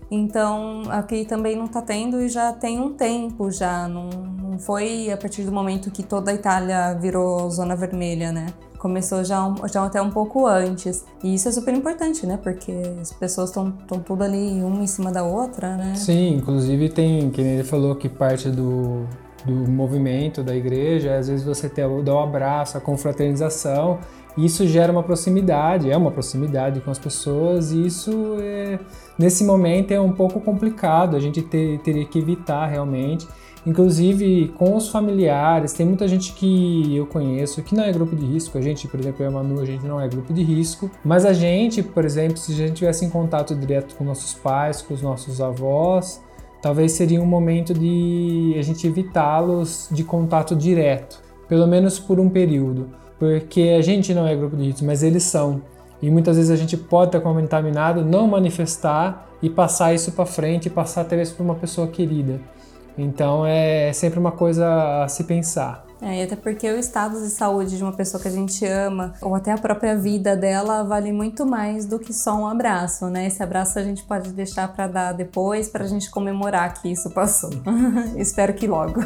Então, aqui também não está tendo e já tem um tempo já. Não foi a partir do momento que toda a Itália virou zona vermelha, né? Começou já até um pouco antes. E isso é super importante, né? Porque as pessoas estão tudo ali uma em cima da outra, né? Sim, inclusive tem, que ele falou que parte do movimento da igreja, às vezes você dá um abraço, a confraternização, e isso gera uma proximidade com as pessoas, e isso, nesse momento, é um pouco complicado, a gente teria que evitar realmente. Inclusive, com os familiares, tem muita gente que eu conheço que não é grupo de risco. A gente, por exemplo, eu e a Manu, a gente não é grupo de risco. Mas a gente, por exemplo, se a gente tivesse em contato direto com nossos pais, com os nossos avós, talvez seria um momento de a gente evitá-los de contato direto, pelo menos por um período. Porque a gente não é grupo de risco, mas eles são. E muitas vezes a gente pode estar contaminado, não manifestar e passar isso para frente, e passar até mesmo para uma pessoa querida. Então é sempre uma coisa a se pensar. E até porque o estado de saúde de uma pessoa que a gente ama, ou até a própria vida dela, vale muito mais do que só um abraço, né? Esse abraço a gente pode deixar para dar depois, para a gente comemorar que isso passou. Espero que logo.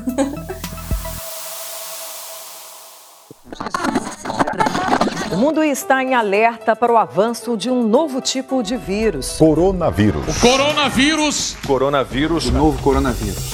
O mundo está em alerta para o avanço de um novo tipo de vírus. Coronavírus. O coronavírus. Coronavírus. O novo coronavírus.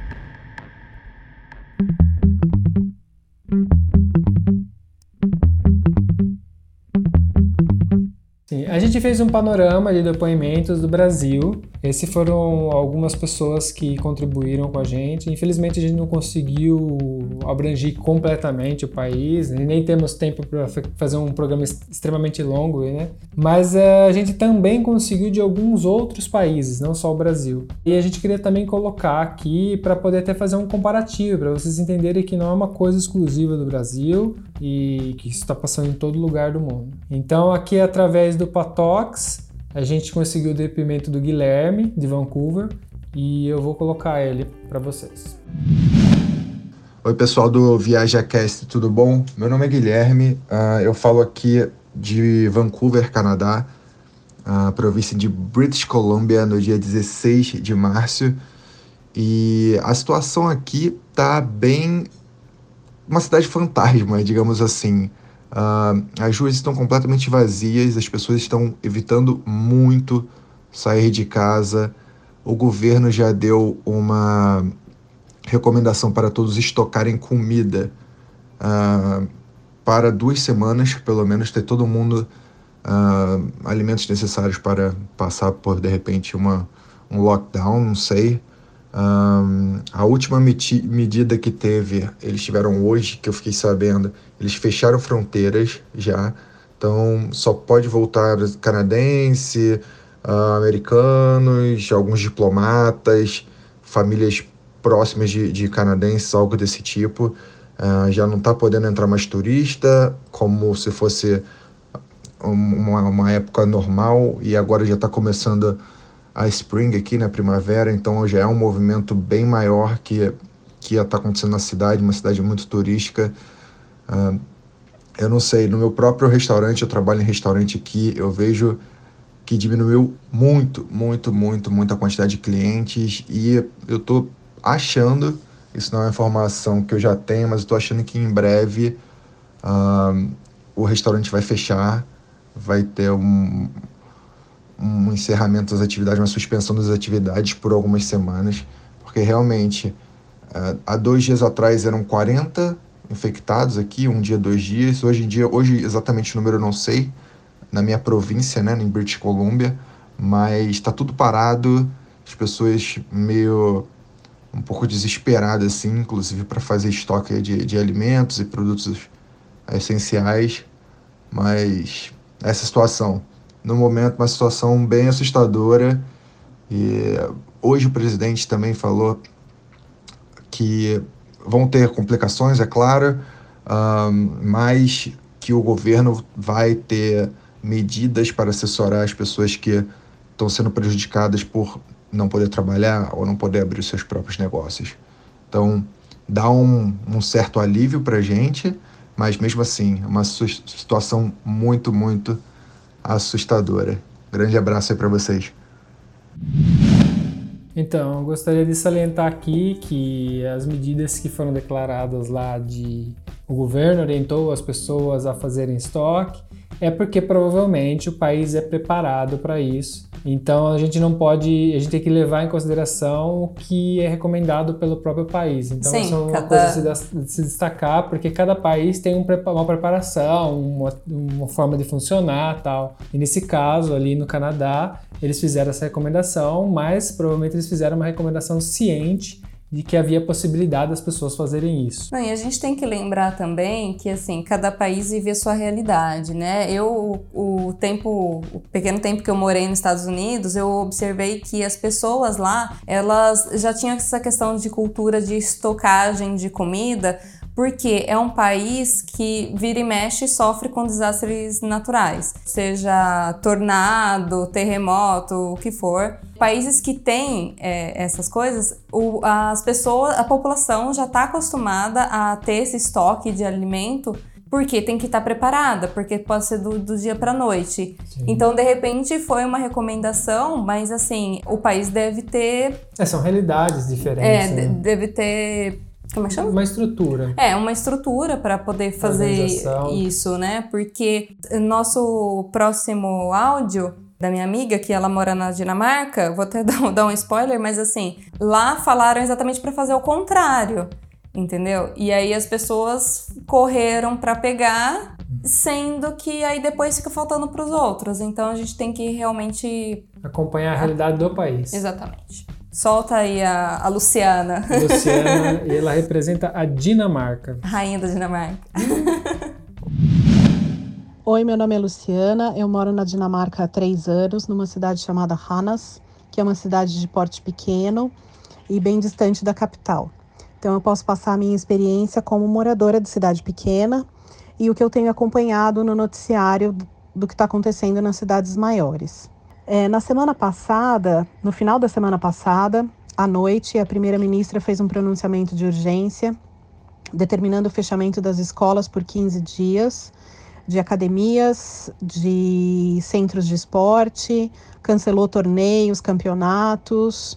Sim, a gente fez um panorama de depoimentos do Brasil. Esses foram algumas pessoas que contribuíram com a gente. Infelizmente a gente não conseguiu abranger completamente o país, nem temos tempo para fazer um programa extremamente longo, né? Mas a gente também conseguiu de alguns outros países, não só o Brasil. E a gente queria também colocar aqui para poder até fazer um comparativo, para vocês entenderem que não é uma coisa exclusiva do Brasil e que isso está passando em todo lugar do mundo. Então aqui através do Patox, a gente conseguiu o depoimento do Guilherme, de Vancouver, e eu vou colocar ele para vocês. Oi pessoal do ViajaCast, tudo bom? Meu nome é Guilherme, eu falo aqui de Vancouver, Canadá, província de British Columbia, no dia 16 de março. E a situação aqui tá bem... uma cidade fantasma, digamos assim. As ruas estão completamente vazias, as pessoas estão evitando muito sair de casa. O governo já deu uma recomendação para todos estocarem comida para 2 semanas, pelo menos, ter todo mundo alimentos necessários para passar por, de repente, um lockdown, não sei. A última medida que teve, eles tiveram hoje, que eu fiquei sabendo, eles fecharam fronteiras já, então só pode voltar canadense, americanos, alguns diplomatas, famílias próximas de canadenses, algo desse tipo. Já não está podendo entrar mais turista, como se fosse uma época normal, e agora já está começando a Spring aqui, na primavera, então já é um movimento bem maior que está acontecendo na cidade, uma cidade muito turística. Eu não sei, no meu próprio restaurante, eu trabalho em restaurante aqui, eu vejo que diminuiu muito a quantidade de clientes, e eu estou achando, isso não é uma informação que eu já tenho, mas eu estou achando que em breve o restaurante vai fechar, vai ter um encerramento das atividades, uma suspensão das atividades por algumas semanas, porque realmente há 2 dias atrás eram 40 infectados aqui, 1 dia, 2 dias, hoje exatamente o número eu não sei, na minha província, né, em British Columbia, mas está tudo parado, as pessoas meio um pouco desesperadas, assim, inclusive para fazer estoque de alimentos e produtos essenciais, mas essa situação, no momento, uma situação bem assustadora. E hoje o presidente também falou que vão ter complicações, é claro, mas que o governo vai ter medidas para assessorar as pessoas que estão sendo prejudicadas por não poder trabalhar ou não poder abrir os seus próprios negócios. Então, dá um certo alívio para a gente, mas mesmo assim, é uma situação muito assustadora. Grande abraço aí para vocês. Então, eu gostaria de salientar aqui que as medidas que foram declaradas lá o governo orientou as pessoas a fazerem estoque, é porque provavelmente o país é preparado para isso. Então a gente tem que levar em consideração o que é recomendado pelo próprio país. Então essa é uma coisa a se destacar, porque cada país tem uma preparação, uma forma de funcionar, tal. E nesse caso ali no Canadá, eles fizeram essa recomendação, mas provavelmente eles fizeram uma recomendação ciente de que havia possibilidade das pessoas fazerem isso. Não, e a gente tem que lembrar também que, assim, cada país vive a sua realidade, né? O pequeno tempo que eu morei nos Estados Unidos, eu observei que as pessoas lá, elas já tinham essa questão de cultura de estocagem de comida, porque é um país que vira e mexe e sofre com desastres naturais, seja tornado, terremoto, o que for. Países que têm essas coisas, a população já está acostumada a ter esse estoque de alimento, porque tem que estar preparada, porque pode ser do dia para a noite. Sim. Então, de repente, foi uma recomendação, mas assim, o país deve ter... São realidades diferentes. Né? Deve ter... Como é que chama? Uma estrutura. Uma estrutura para poder fazer isso, né? Porque nosso próximo áudio da minha amiga, que ela mora na Dinamarca, vou até dar um spoiler, mas assim, lá falaram exatamente para fazer o contrário, entendeu? E aí as pessoas correram para pegar, sendo que aí depois fica faltando para os outros. Então a gente tem que realmente... acompanhar a realidade do país. Exatamente. Solta aí a Luciana. Luciana, e ela representa a Dinamarca. Rainha da Dinamarca. Oi, meu nome é Luciana, eu moro na Dinamarca há 3 anos, numa cidade chamada Randers, que é uma cidade de porte pequeno e bem distante da capital. Então eu posso passar a minha experiência como moradora de cidade pequena e o que eu tenho acompanhado no noticiário do que está acontecendo nas cidades maiores. Na semana passada, no final da semana passada, à noite, a primeira-ministra fez um pronunciamento de urgência, determinando o fechamento das escolas por 15 dias, de academias, de centros de esporte, cancelou torneios, campeonatos,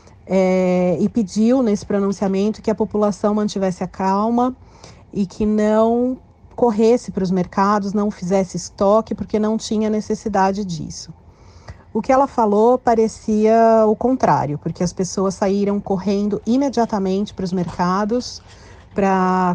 e pediu nesse pronunciamento que a população mantivesse a calma e que não corresse para os mercados, não fizesse estoque, porque não tinha necessidade disso. O que ela falou parecia o contrário, porque as pessoas saíram correndo imediatamente para os mercados para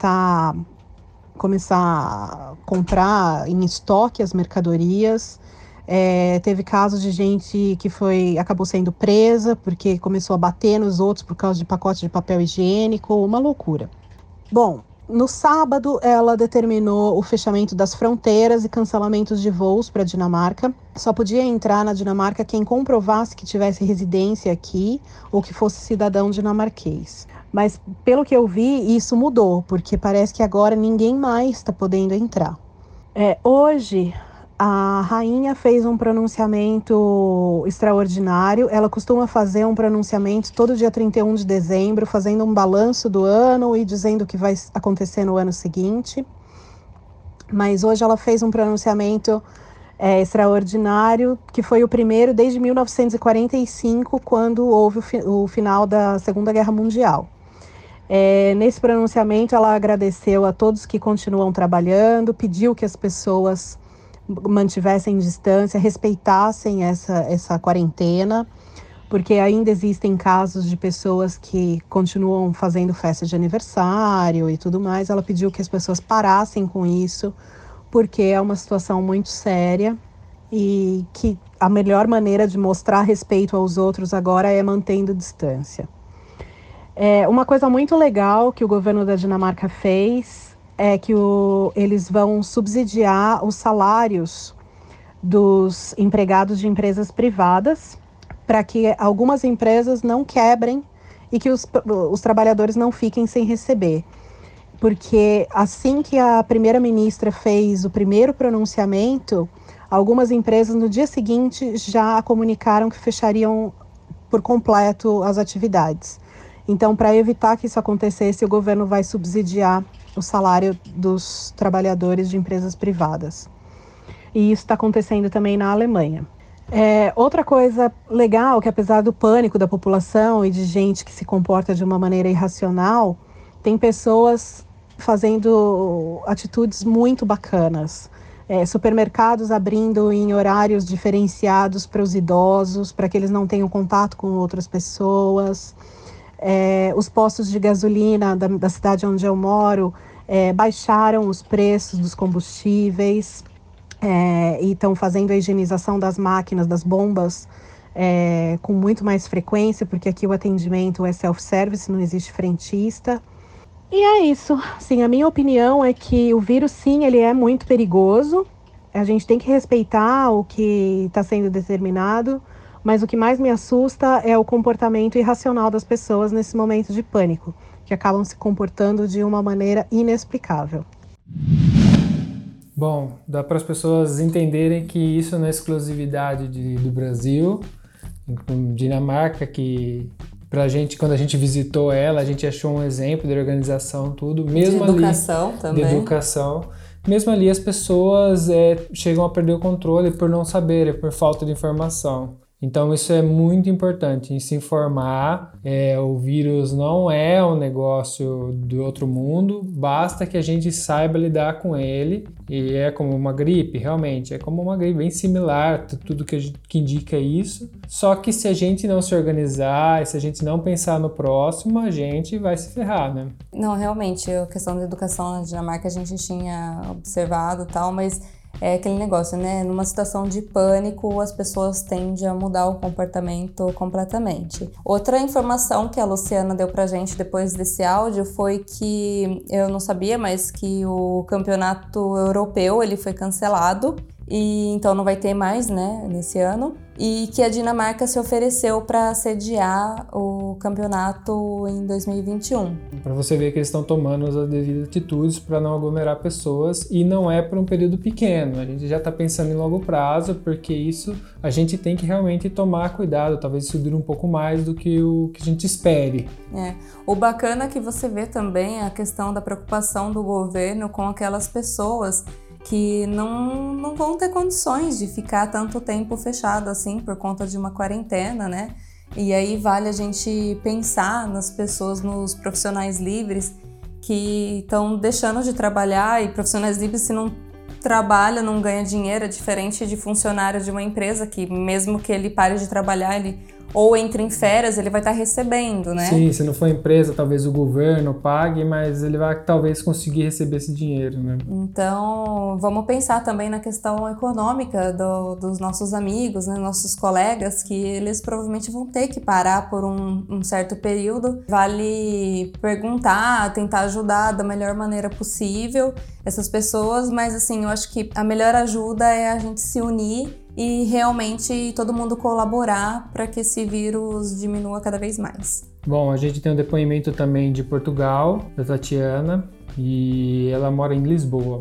começar a comprar em estoque as mercadorias. Teve casos de gente que acabou sendo presa porque começou a bater nos outros por causa de pacote de papel higiênico, uma loucura. Bom, no sábado ela determinou o fechamento das fronteiras e cancelamentos de voos para a Dinamarca. Só podia entrar na Dinamarca quem comprovasse que tivesse residência aqui ou que fosse cidadão dinamarquês. Mas pelo que eu vi, isso mudou, porque parece que agora ninguém mais está podendo entrar. Hoje, a rainha fez um pronunciamento extraordinário. Ela costuma fazer um pronunciamento todo dia 31 de dezembro, fazendo um balanço do ano e dizendo o que vai acontecer no ano seguinte. Mas hoje ela fez um pronunciamento extraordinário, que foi o primeiro desde 1945, quando houve o final da Segunda Guerra Mundial. Nesse pronunciamento, ela agradeceu a todos que continuam trabalhando, pediu que as pessoas mantivessem distância, respeitassem essa quarentena, porque ainda existem casos de pessoas que continuam fazendo festa de aniversário e tudo mais. Ela pediu que as pessoas parassem com isso, porque é uma situação muito séria e que a melhor maneira de mostrar respeito aos outros agora é mantendo distância. Uma coisa muito legal que o governo da Dinamarca fez é que eles vão subsidiar os salários dos empregados de empresas privadas para que algumas empresas não quebrem e que os trabalhadores não fiquem sem receber. Porque assim que a primeira-ministra fez o primeiro pronunciamento, algumas empresas no dia seguinte já comunicaram que fechariam por completo as atividades. Então, para evitar que isso acontecesse, o governo vai subsidiar o salário dos trabalhadores de empresas privadas. E isso está acontecendo também na Alemanha. Outra coisa legal, que apesar do pânico da população e de gente que se comporta de uma maneira irracional, tem pessoas fazendo atitudes muito bacanas. Supermercados abrindo em horários diferenciados para os idosos, para que eles não tenham contato com outras pessoas. Os postos de gasolina da cidade onde eu moro baixaram os preços dos combustíveis. E estão fazendo a higienização das máquinas, das bombas, com muito mais frequência, porque aqui o atendimento é self-service, não existe frentista. E é isso. Sim, a minha opinião é que o vírus, sim, ele é muito perigoso. A gente tem que respeitar o que está sendo determinado, mas o que mais me assusta é o comportamento irracional das pessoas nesse momento de pânico, que acabam se comportando de uma maneira inexplicável. Bom, dá para as pessoas entenderem que isso não é exclusividade do Brasil. Dinamarca, que pra gente, quando a gente visitou ela, a gente achou um exemplo de organização, tudo. Mesmo de educação ali, também. De educação. Mesmo ali as pessoas chegam a perder o controle por não saberem, por falta de informação. Então isso é muito importante, em se informar. O vírus não é um negócio do outro mundo, basta que a gente saiba lidar com ele. E é como uma gripe, realmente, é como uma gripe bem similar, tudo que indica isso. Só que se a gente não se organizar, se a gente não pensar no próximo, a gente vai se ferrar, né? Não, realmente, a questão da educação na Dinamarca a gente tinha observado e tal, mas é aquele negócio, né? Numa situação de pânico, as pessoas tendem a mudar o comportamento completamente. Outra informação que a Luciana deu pra gente depois desse áudio foi que, eu não sabia, mas que o campeonato europeu, ele foi cancelado. E então não vai ter mais, né, nesse ano. E que a Dinamarca se ofereceu para sediar o campeonato em 2021. Para você ver que eles estão tomando as devidas atitudes para não aglomerar pessoas, e não é por um período pequeno. A gente já está pensando em longo prazo, porque isso a gente tem que realmente tomar cuidado. Talvez isso dure um pouco mais do que o que a gente espere. O bacana é que você vê também a questão da preocupação do governo com aquelas pessoas que não vão ter condições de ficar tanto tempo fechado assim por conta de uma quarentena, né? E aí vale a gente pensar nas pessoas, nos profissionais livres que estão deixando de trabalhar, e profissionais livres, se não trabalha, não ganha dinheiro, é diferente de funcionário de uma empresa que mesmo que ele pare de trabalhar, ele ou entre em férias, ele vai estar recebendo, né? Sim, se não for empresa, talvez o governo pague, mas ele vai talvez conseguir receber esse dinheiro, né? Então, vamos pensar também na questão econômica dos nossos amigos, né? Nossos colegas, que eles provavelmente vão ter que parar por um certo período. Vale perguntar, tentar ajudar da melhor maneira possível essas pessoas, mas assim, eu acho que a melhor ajuda é a gente se unir e realmente todo mundo colaborar para que esse vírus diminua cada vez mais. Bom, a gente tem um depoimento também de Portugal, da Tatiana, e ela mora em Lisboa.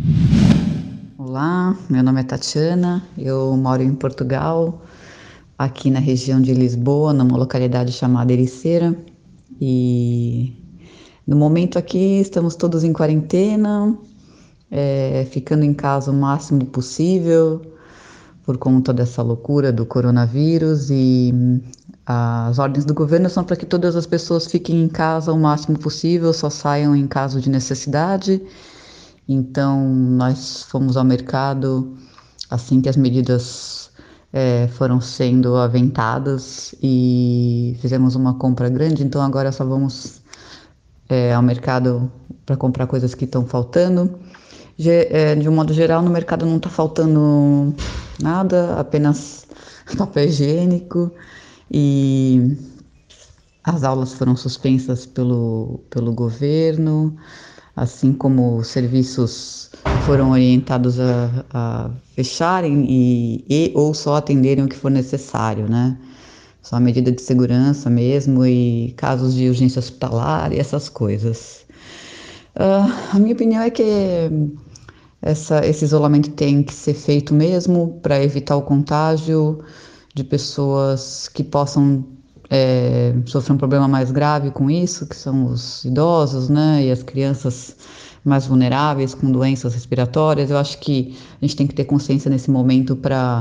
Olá, meu nome é Tatiana, eu moro em Portugal, aqui na região de Lisboa, numa localidade chamada Ericeira, e no momento aqui estamos todos em quarentena, ficando em casa o máximo possível, por conta dessa loucura do coronavírus, e as ordens do governo são para que todas as pessoas fiquem em casa o máximo possível, só saiam em caso de necessidade. Então nós fomos ao mercado assim que as medidas foram sendo aventadas e fizemos uma compra grande, então agora só vamos ao mercado para comprar coisas que estão faltando. De um modo geral, no mercado não está faltando nada, apenas papel higiênico, e as aulas foram suspensas pelo governo, assim como os serviços foram orientados a fecharem ou só atenderem o que for necessário, né? Só a medida de segurança mesmo, e casos de urgência hospitalar e essas coisas. A minha opinião é que esse isolamento tem que ser feito mesmo para evitar o contágio de pessoas que possam sofrer um problema mais grave com isso, que são os idosos, né, e as crianças mais vulneráveis com doenças respiratórias. Eu acho que a gente tem que ter consciência nesse momento para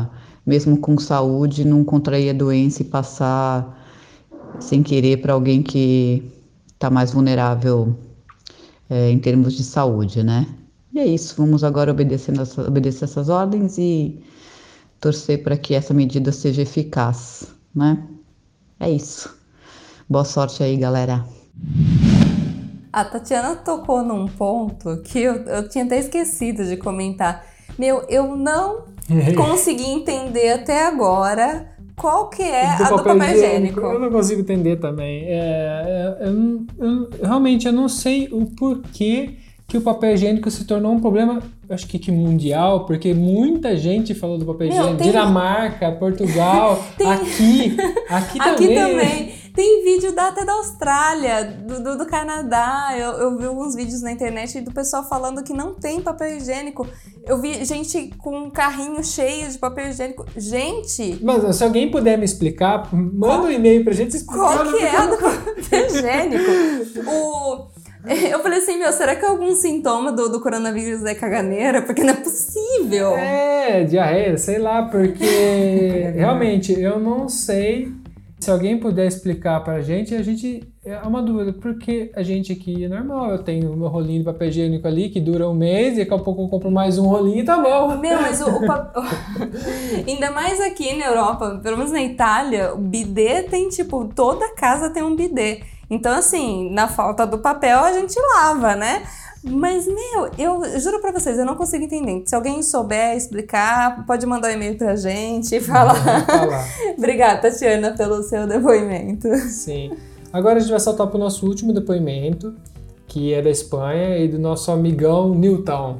mesmo com saúde, não contrair a doença e passar sem querer para alguém que está mais vulnerável em termos de saúde, né? E é isso, vamos agora obedecer essas ordens e torcer para que essa medida seja eficaz, né? É isso. Boa sorte aí, galera. A Tatiana tocou num ponto que eu tinha até esquecido de comentar. Eu não consegui entender até agora qual que é a do papel higiênico. Eu não consigo entender também. Realmente eu não sei o porquê que o papel higiênico se tornou um problema, acho que mundial, porque muita gente falou do papel higiênico. Dinamarca, Portugal, aqui também. Tem vídeo até da Austrália, do Canadá. Eu vi alguns vídeos na internet do pessoal falando que não tem papel higiênico. Eu vi gente com um carrinho cheio de papel higiênico. Gente! Mas se alguém puder me explicar, manda um e-mail pra gente explicar. Qual que é a do papel higiênico? Eu falei assim, será que algum sintoma do coronavírus é caganeira? Porque não é possível. Diarreia, sei lá, porque realmente eu não sei. Se alguém puder explicar pra gente, é uma dúvida, porque a gente aqui é normal, eu tenho o meu rolinho de papel higiênico ali, que dura um mês, e daqui a pouco eu compro mais um rolinho e tá bom. Mas ainda mais aqui na Europa, pelo menos na Itália, o bidê tem, toda casa tem um bidê. Então, assim, na falta do papel, a gente lava, né? Mas, eu juro pra vocês, eu não consigo entender. Se alguém souber explicar, pode mandar um e-mail pra gente e falar. Obrigada, Tatiana, pelo seu depoimento. Sim. Agora a gente vai saltar pro nosso último depoimento, que é da Espanha e do nosso amigão Newton.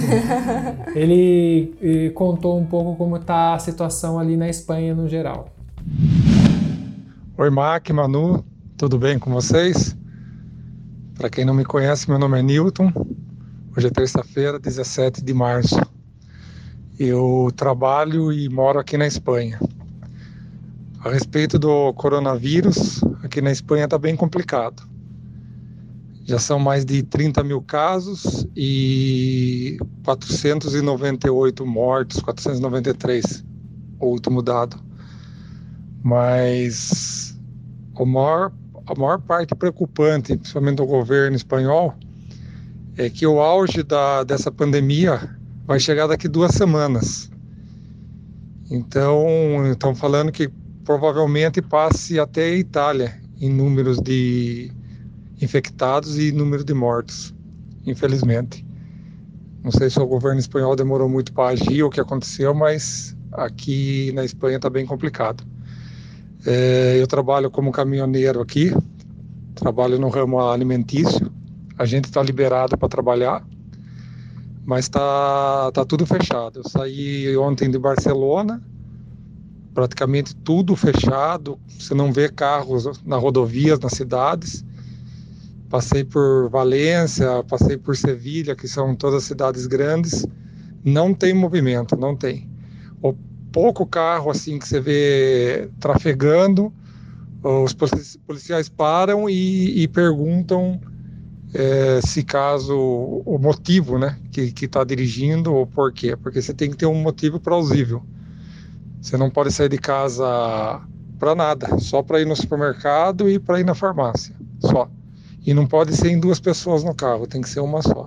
Ele contou um pouco como tá a situação ali na Espanha no geral. Oi, Mac, Manu, tudo bem com vocês? Para quem não me conhece, meu nome é Newton. Hoje é terça-feira, 17 de março. Eu trabalho e moro aqui na Espanha. A respeito do coronavírus, aqui na Espanha está bem complicado. Já são mais de 30 mil casos e 498 mortos, 493, o último dado. Mas a maior parte preocupante, principalmente do governo espanhol, é que o auge dessa pandemia vai chegar daqui 2 semanas. Então, estão falando que provavelmente passe até a Itália em números de infectados e número de mortos, infelizmente. Não sei se o governo espanhol demorou muito para agir ou o que aconteceu, mas aqui na Espanha está bem complicado. Eu trabalho como caminhoneiro aqui, trabalho no ramo alimentício. A gente está liberado para trabalhar, mas tá tudo fechado. Eu saí ontem de Barcelona, praticamente tudo fechado. Você não vê carros nas rodovias, nas cidades. Passei por Valência, passei por Sevilha, que são todas cidades grandes. Não tem movimento, não tem. Pouco carro assim que você vê trafegando, os policiais param e perguntam se caso o motivo, né, que está dirigindo ou por quê, porque você tem que ter um motivo plausível. Você não pode sair de casa para nada, só para ir no supermercado e para ir na farmácia, só. E não pode ser em 2 pessoas no carro, tem que ser uma só.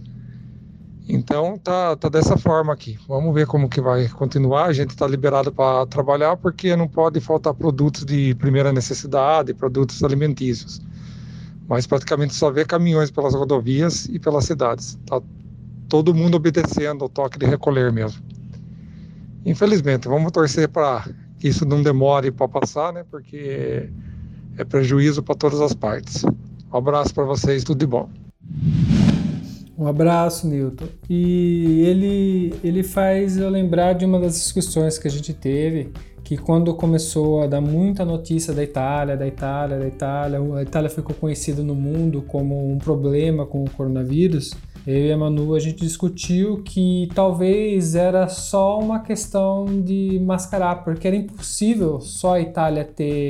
Então tá dessa forma aqui. Vamos ver como que vai continuar. A gente está liberado para trabalhar porque não pode faltar produtos de primeira necessidade, produtos alimentícios. Mas praticamente só vê caminhões pelas rodovias e pelas cidades. Tá todo mundo obedecendo ao toque de recolher mesmo. Infelizmente, vamos torcer para que isso não demore para passar, né? Porque é prejuízo para todas as partes. Um abraço para vocês, tudo de bom. Um abraço, Newton. E ele faz eu lembrar de uma das discussões que a gente teve, que quando começou a dar muita notícia da Itália, a Itália ficou conhecida no mundo como um problema com o coronavírus. Eu e a Manu, a gente discutiu que talvez era só uma questão de mascarar, porque era impossível só a Itália ter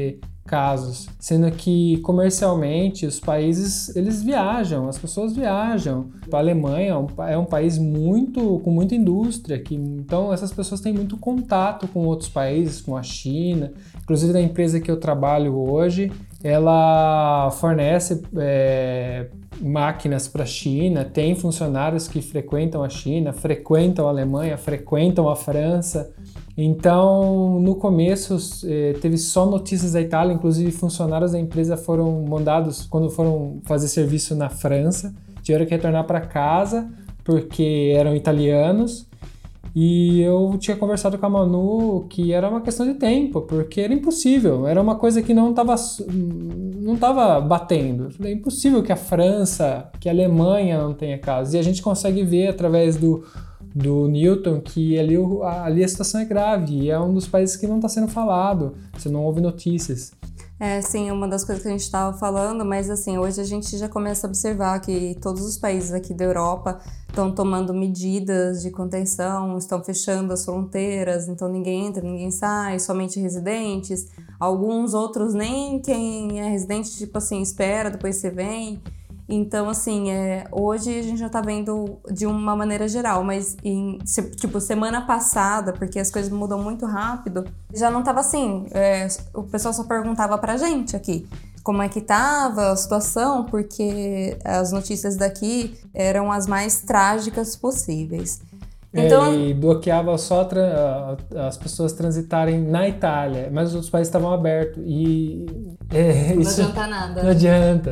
casos, sendo que comercialmente os países, eles viajam, as pessoas viajam. A Alemanha é um país com muita indústria, então essas pessoas têm muito contato com outros países, com a China. Inclusive na empresa que eu trabalho hoje, ela fornece máquinas para a China, tem funcionários que frequentam a China, frequentam a Alemanha, frequentam a França. Então, no começo, teve só notícias da Itália, inclusive funcionários da empresa foram mandados, quando foram fazer serviço na França, tiveram que retornar para casa, porque eram italianos. E eu tinha conversado com a Manu que era uma questão de tempo, porque era impossível, era uma coisa que não estava batendo. É impossível que a França, que a Alemanha não tenha casos. E a gente consegue ver através do Newton que ali a situação é grave e é um dos países que não está sendo falado, você não ouve notícias. Sim, uma das coisas que a gente estava falando, mas assim, hoje a gente já começa a observar que todos os países aqui da Europa estão tomando medidas de contenção, estão fechando as fronteiras, então ninguém entra, ninguém sai, somente residentes. Alguns outros nem quem é residente, tipo assim, espera, depois você vem. Então, assim, hoje a gente já tá vendo de uma maneira geral, mas semana passada, porque as coisas mudam muito rápido, já não tava assim. O pessoal só perguntava pra gente aqui como é que tava a situação, porque as notícias daqui eram as mais trágicas possíveis. Então, e bloqueava só as pessoas transitarem na Itália, mas os outros países estavam abertos. E não adianta nada. Não adianta.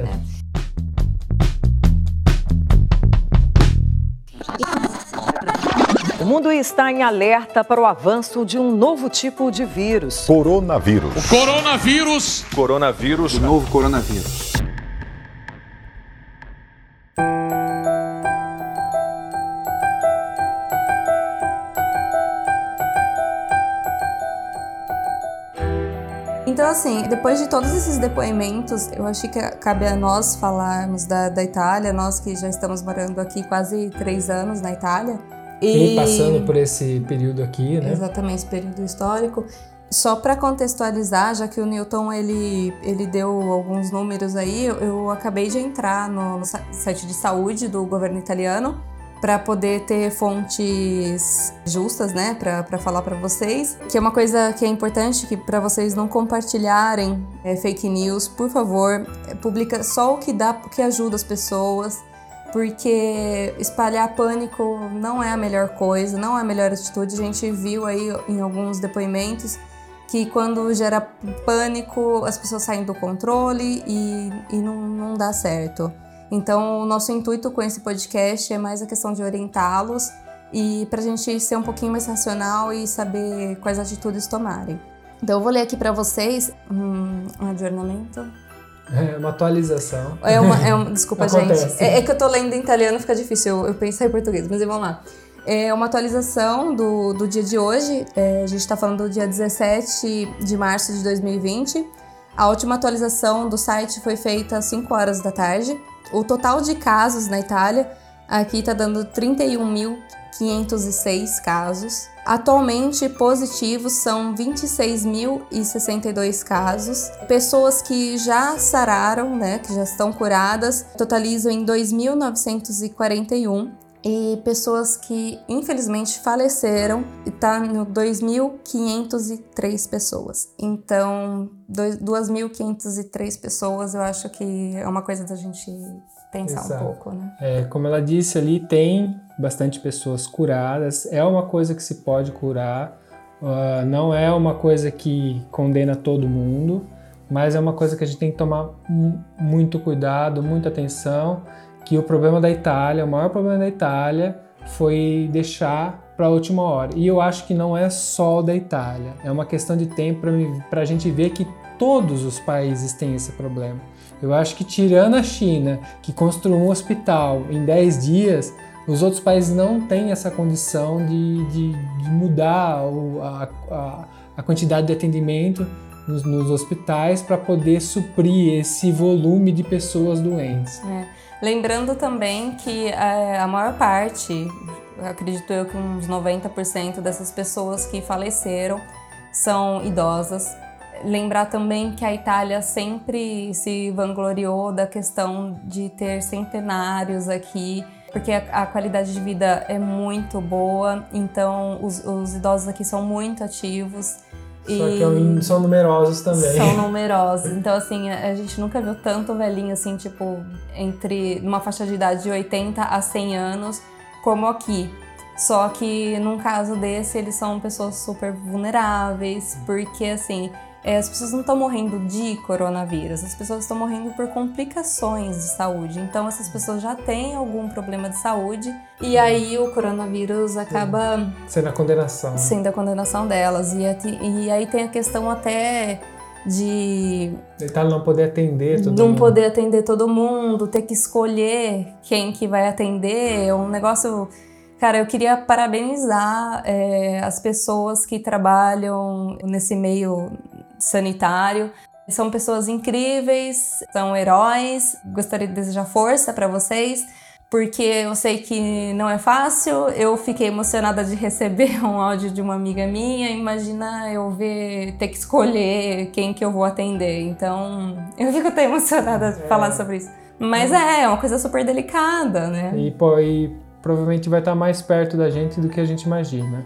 O mundo está em alerta para o avanço de um novo tipo de vírus. Coronavírus. O coronavírus. Coronavírus. O novo coronavírus. Então, assim, depois de todos esses depoimentos, eu acho que cabe a nós falarmos da Itália, nós que já estamos morando aqui quase 3 anos na Itália. E passando por esse período aqui, né? Exatamente, esse período histórico. Só para contextualizar, já que o Newton ele deu alguns números aí, eu acabei de entrar no site de saúde do governo italiano para poder ter fontes justas, né, para falar para vocês, que é uma coisa que é importante, que para vocês não compartilharem fake news, por favor, publica só o que dá, que ajuda as pessoas, porque espalhar pânico não é a melhor coisa, não é a melhor atitude. A gente viu aí em alguns depoimentos que quando gera pânico, as pessoas saem do controle e não dá certo. Então, o nosso intuito com esse podcast é mais a questão de orientá-los e para a gente ser um pouquinho mais racional e saber quais atitudes tomarem. Então, eu vou ler aqui para vocês um adornamento. Uma atualização. Desculpa, Acontece. gente. É que eu tô lendo em italiano, fica difícil eu pensar em português, mas vamos lá. É uma atualização do dia de hoje. A gente tá falando do dia 17 de março de 2020. A última atualização do site foi feita às 5 horas da tarde. O total de casos na Itália aqui tá dando 31.506 casos. Atualmente, positivos são 26.062 casos. Pessoas que já sararam, né, que já estão curadas, totalizam em 2.941. E pessoas que, infelizmente, faleceram, está no 2.503 pessoas. Então, 2.503 pessoas, eu acho que é uma coisa da gente pensar Exato. um pouco, né? Como ela disse ali, tem bastante pessoas curadas, é uma coisa que se pode curar, não é uma coisa que condena todo mundo, mas é uma coisa que a gente tem que tomar muito cuidado, muita atenção, que o problema da Itália, o maior problema da Itália foi deixar para a última hora. E eu acho que não é só o da Itália, é uma questão de tempo para a gente ver que todos os países têm esse problema. Eu acho que tirando a China, que construiu um hospital em 10 dias, os outros países não têm essa condição de mudar a quantidade de atendimento nos hospitais para poder suprir esse volume de pessoas doentes. Lembrando também que a maior parte, acredito eu que uns 90% dessas pessoas que faleceram são idosas. Lembrar também que a Itália sempre se vangloriou da questão de ter centenários aqui, porque a qualidade de vida é muito boa, então os idosos aqui são muito ativos. Só que são numerosos também. São numerosos. Então, assim, a gente nunca viu tanto velhinho, assim, tipo, numa faixa de idade de 80 a 100 anos, como aqui. Só que, num caso desse, eles são pessoas super vulneráveis, porque, assim, as pessoas não estão morrendo de coronavírus, as pessoas estão morrendo por complicações de saúde. Então, essas pessoas já têm algum problema de saúde e aí o coronavírus acaba sendo a condenação. Sendo a condenação delas. E aí tem a questão até de Itália não poder atender todo mundo. Não poder atender todo mundo, ter que escolher quem que vai atender, é um negócio... Cara, eu queria parabenizar as pessoas que trabalham nesse meio sanitário. São pessoas incríveis, são heróis. Gostaria de desejar força para vocês, porque eu sei que não é fácil. Eu fiquei emocionada de receber um áudio de uma amiga minha. Imagina eu ter que escolher quem que eu vou atender. Então, eu fico até emocionada de falar sobre isso. Mas é uma coisa super delicada, né? E provavelmente vai estar mais perto da gente do que a gente imagina.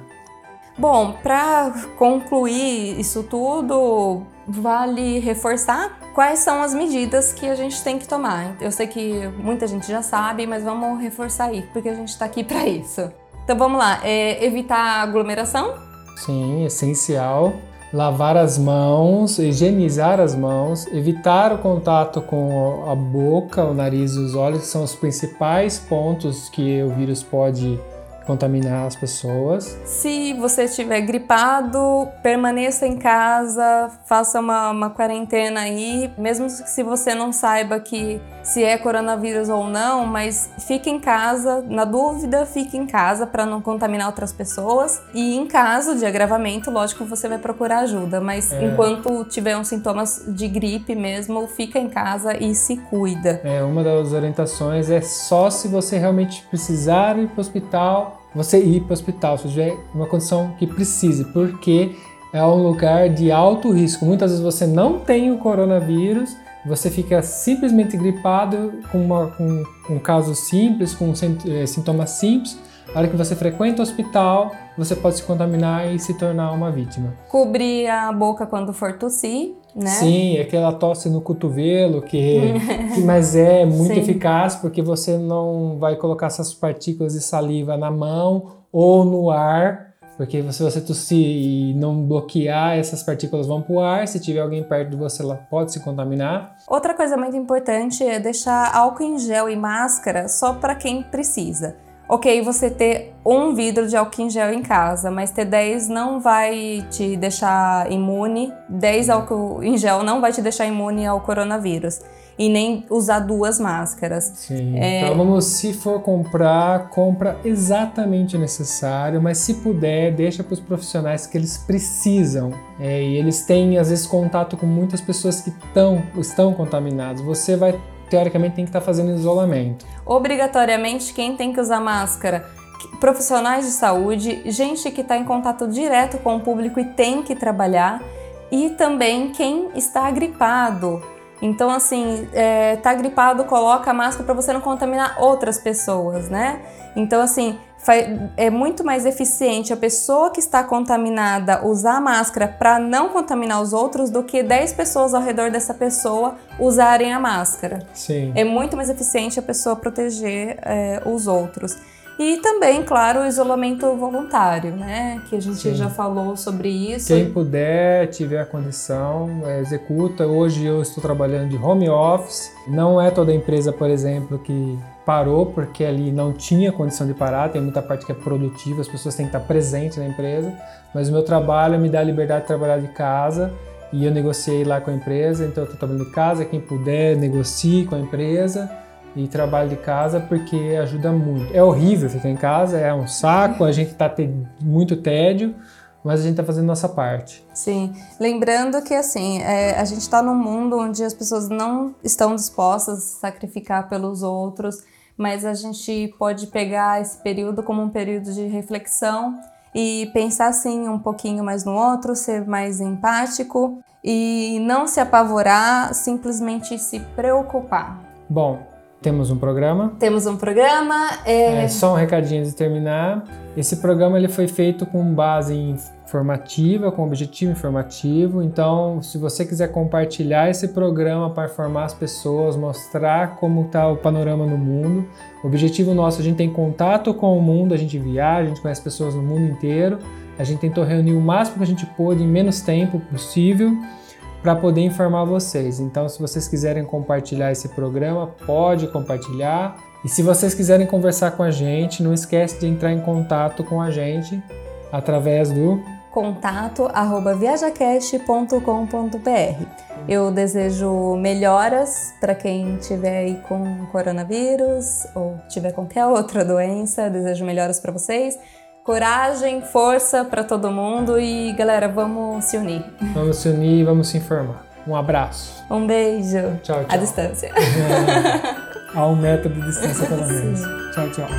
Bom, para concluir isso tudo, vale reforçar quais são as medidas que a gente tem que tomar. Eu sei que muita gente já sabe, mas vamos reforçar aí, porque a gente está aqui para isso. Então vamos lá, evitar aglomeração? Sim, essencial. Lavar as mãos, higienizar as mãos, evitar o contato com a boca, o nariz e os olhos, que são os principais pontos que o vírus pode contaminar as pessoas. Se você estiver gripado, permaneça em casa, faça uma quarentena aí, mesmo se você não saiba se é coronavírus ou não, mas fique em casa, na dúvida, fique em casa para não contaminar outras pessoas. E em caso de agravamento, lógico, você vai procurar ajuda, mas enquanto tiver uns sintomas de gripe mesmo, fica em casa e se cuida. Uma das orientações é só se você realmente precisar ir para o hospital, você ir para o hospital, se tiver uma condição que precise, porque é um lugar de alto risco. Muitas vezes você não tem o coronavírus, você fica simplesmente gripado com um caso simples, com sintomas simples. A hora que você frequenta o hospital, você pode se contaminar e se tornar uma vítima. Cobrir a boca quando for tossir, né? Sim, aquela tosse no cotovelo, mas é muito eficaz, porque você não vai colocar essas partículas de saliva na mão ou no ar, porque se você tossir e não bloquear, essas partículas vão para o ar. Se tiver alguém perto de você, ela pode se contaminar. Outra coisa muito importante é deixar álcool em gel e máscara só para quem precisa. Ok, você ter um vidro de álcool em gel em casa, mas ter 10 não vai te deixar imune. 10 álcool em gel não vai te deixar imune ao coronavírus. E nem usar 2 máscaras. Sim, então se for compra exatamente o necessário, mas se puder, deixa para os profissionais que eles precisam. E eles têm, às vezes, contato com muitas pessoas que estão contaminadas. Você teoricamente tem que estar fazendo isolamento. Obrigatoriamente, quem tem que usar máscara? Profissionais de saúde, gente que está em contato direto com o público e tem que trabalhar, e também quem está gripado. Então, assim, tá gripado, coloca a máscara para você não contaminar outras pessoas, né? Então, assim, é muito mais eficiente a pessoa que está contaminada usar a máscara para não contaminar os outros do que 10 pessoas ao redor dessa pessoa usarem a máscara. Sim. É muito mais eficiente a pessoa proteger os outros. E também, claro, o isolamento voluntário, né? Que a gente já falou sobre isso. Quem puder, tiver a condição, executa. Hoje eu estou trabalhando de home office. Não é toda empresa, por exemplo, que parou porque ali não tinha condição de parar. Tem muita parte que é produtiva, as pessoas têm que estar presentes na empresa. Mas o meu trabalho me dá a liberdade de trabalhar de casa. E eu negociei lá com a empresa, então eu estou trabalhando de casa. Quem puder, negocie com a empresa. E trabalho de casa, porque ajuda muito. É horrível ficar em casa, é um saco, a gente tá tendo muito tédio, mas a gente tá fazendo nossa parte. Sim, lembrando que assim, a gente tá num mundo onde as pessoas não estão dispostas a se sacrificar pelos outros, mas a gente pode pegar esse período como um período de reflexão e pensar assim um pouquinho mais no outro, ser mais empático e não se apavorar, simplesmente se preocupar. Bom, temos um programa. Temos um programa. Só um recadinho antes de terminar. Esse programa ele foi feito com base informativa, com objetivo informativo. Então, se você quiser compartilhar esse programa para informar as pessoas, mostrar como está o panorama no mundo, o objetivo nosso, a gente tem contato com o mundo, a gente viaja, a gente conhece pessoas no mundo inteiro, a gente tentou reunir o máximo que a gente pôde em menos tempo possível para poder informar vocês. Então, se vocês quiserem compartilhar esse programa, pode compartilhar. E se vocês quiserem conversar com a gente, não esquece de entrar em contato com a gente através do contato@viajacast.com.br. Eu desejo melhoras para quem tiver aí com coronavírus ou tiver qualquer outra doença. Desejo melhoras para vocês. Coragem, força para todo mundo e, galera, vamos se unir. Vamos se unir e vamos se informar. Um abraço. Um beijo. Tchau, tchau. À distância. A 1 metro de distância pelo menos. Tchau, tchau.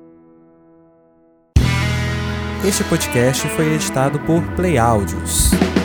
Este podcast foi editado por Play Áudios.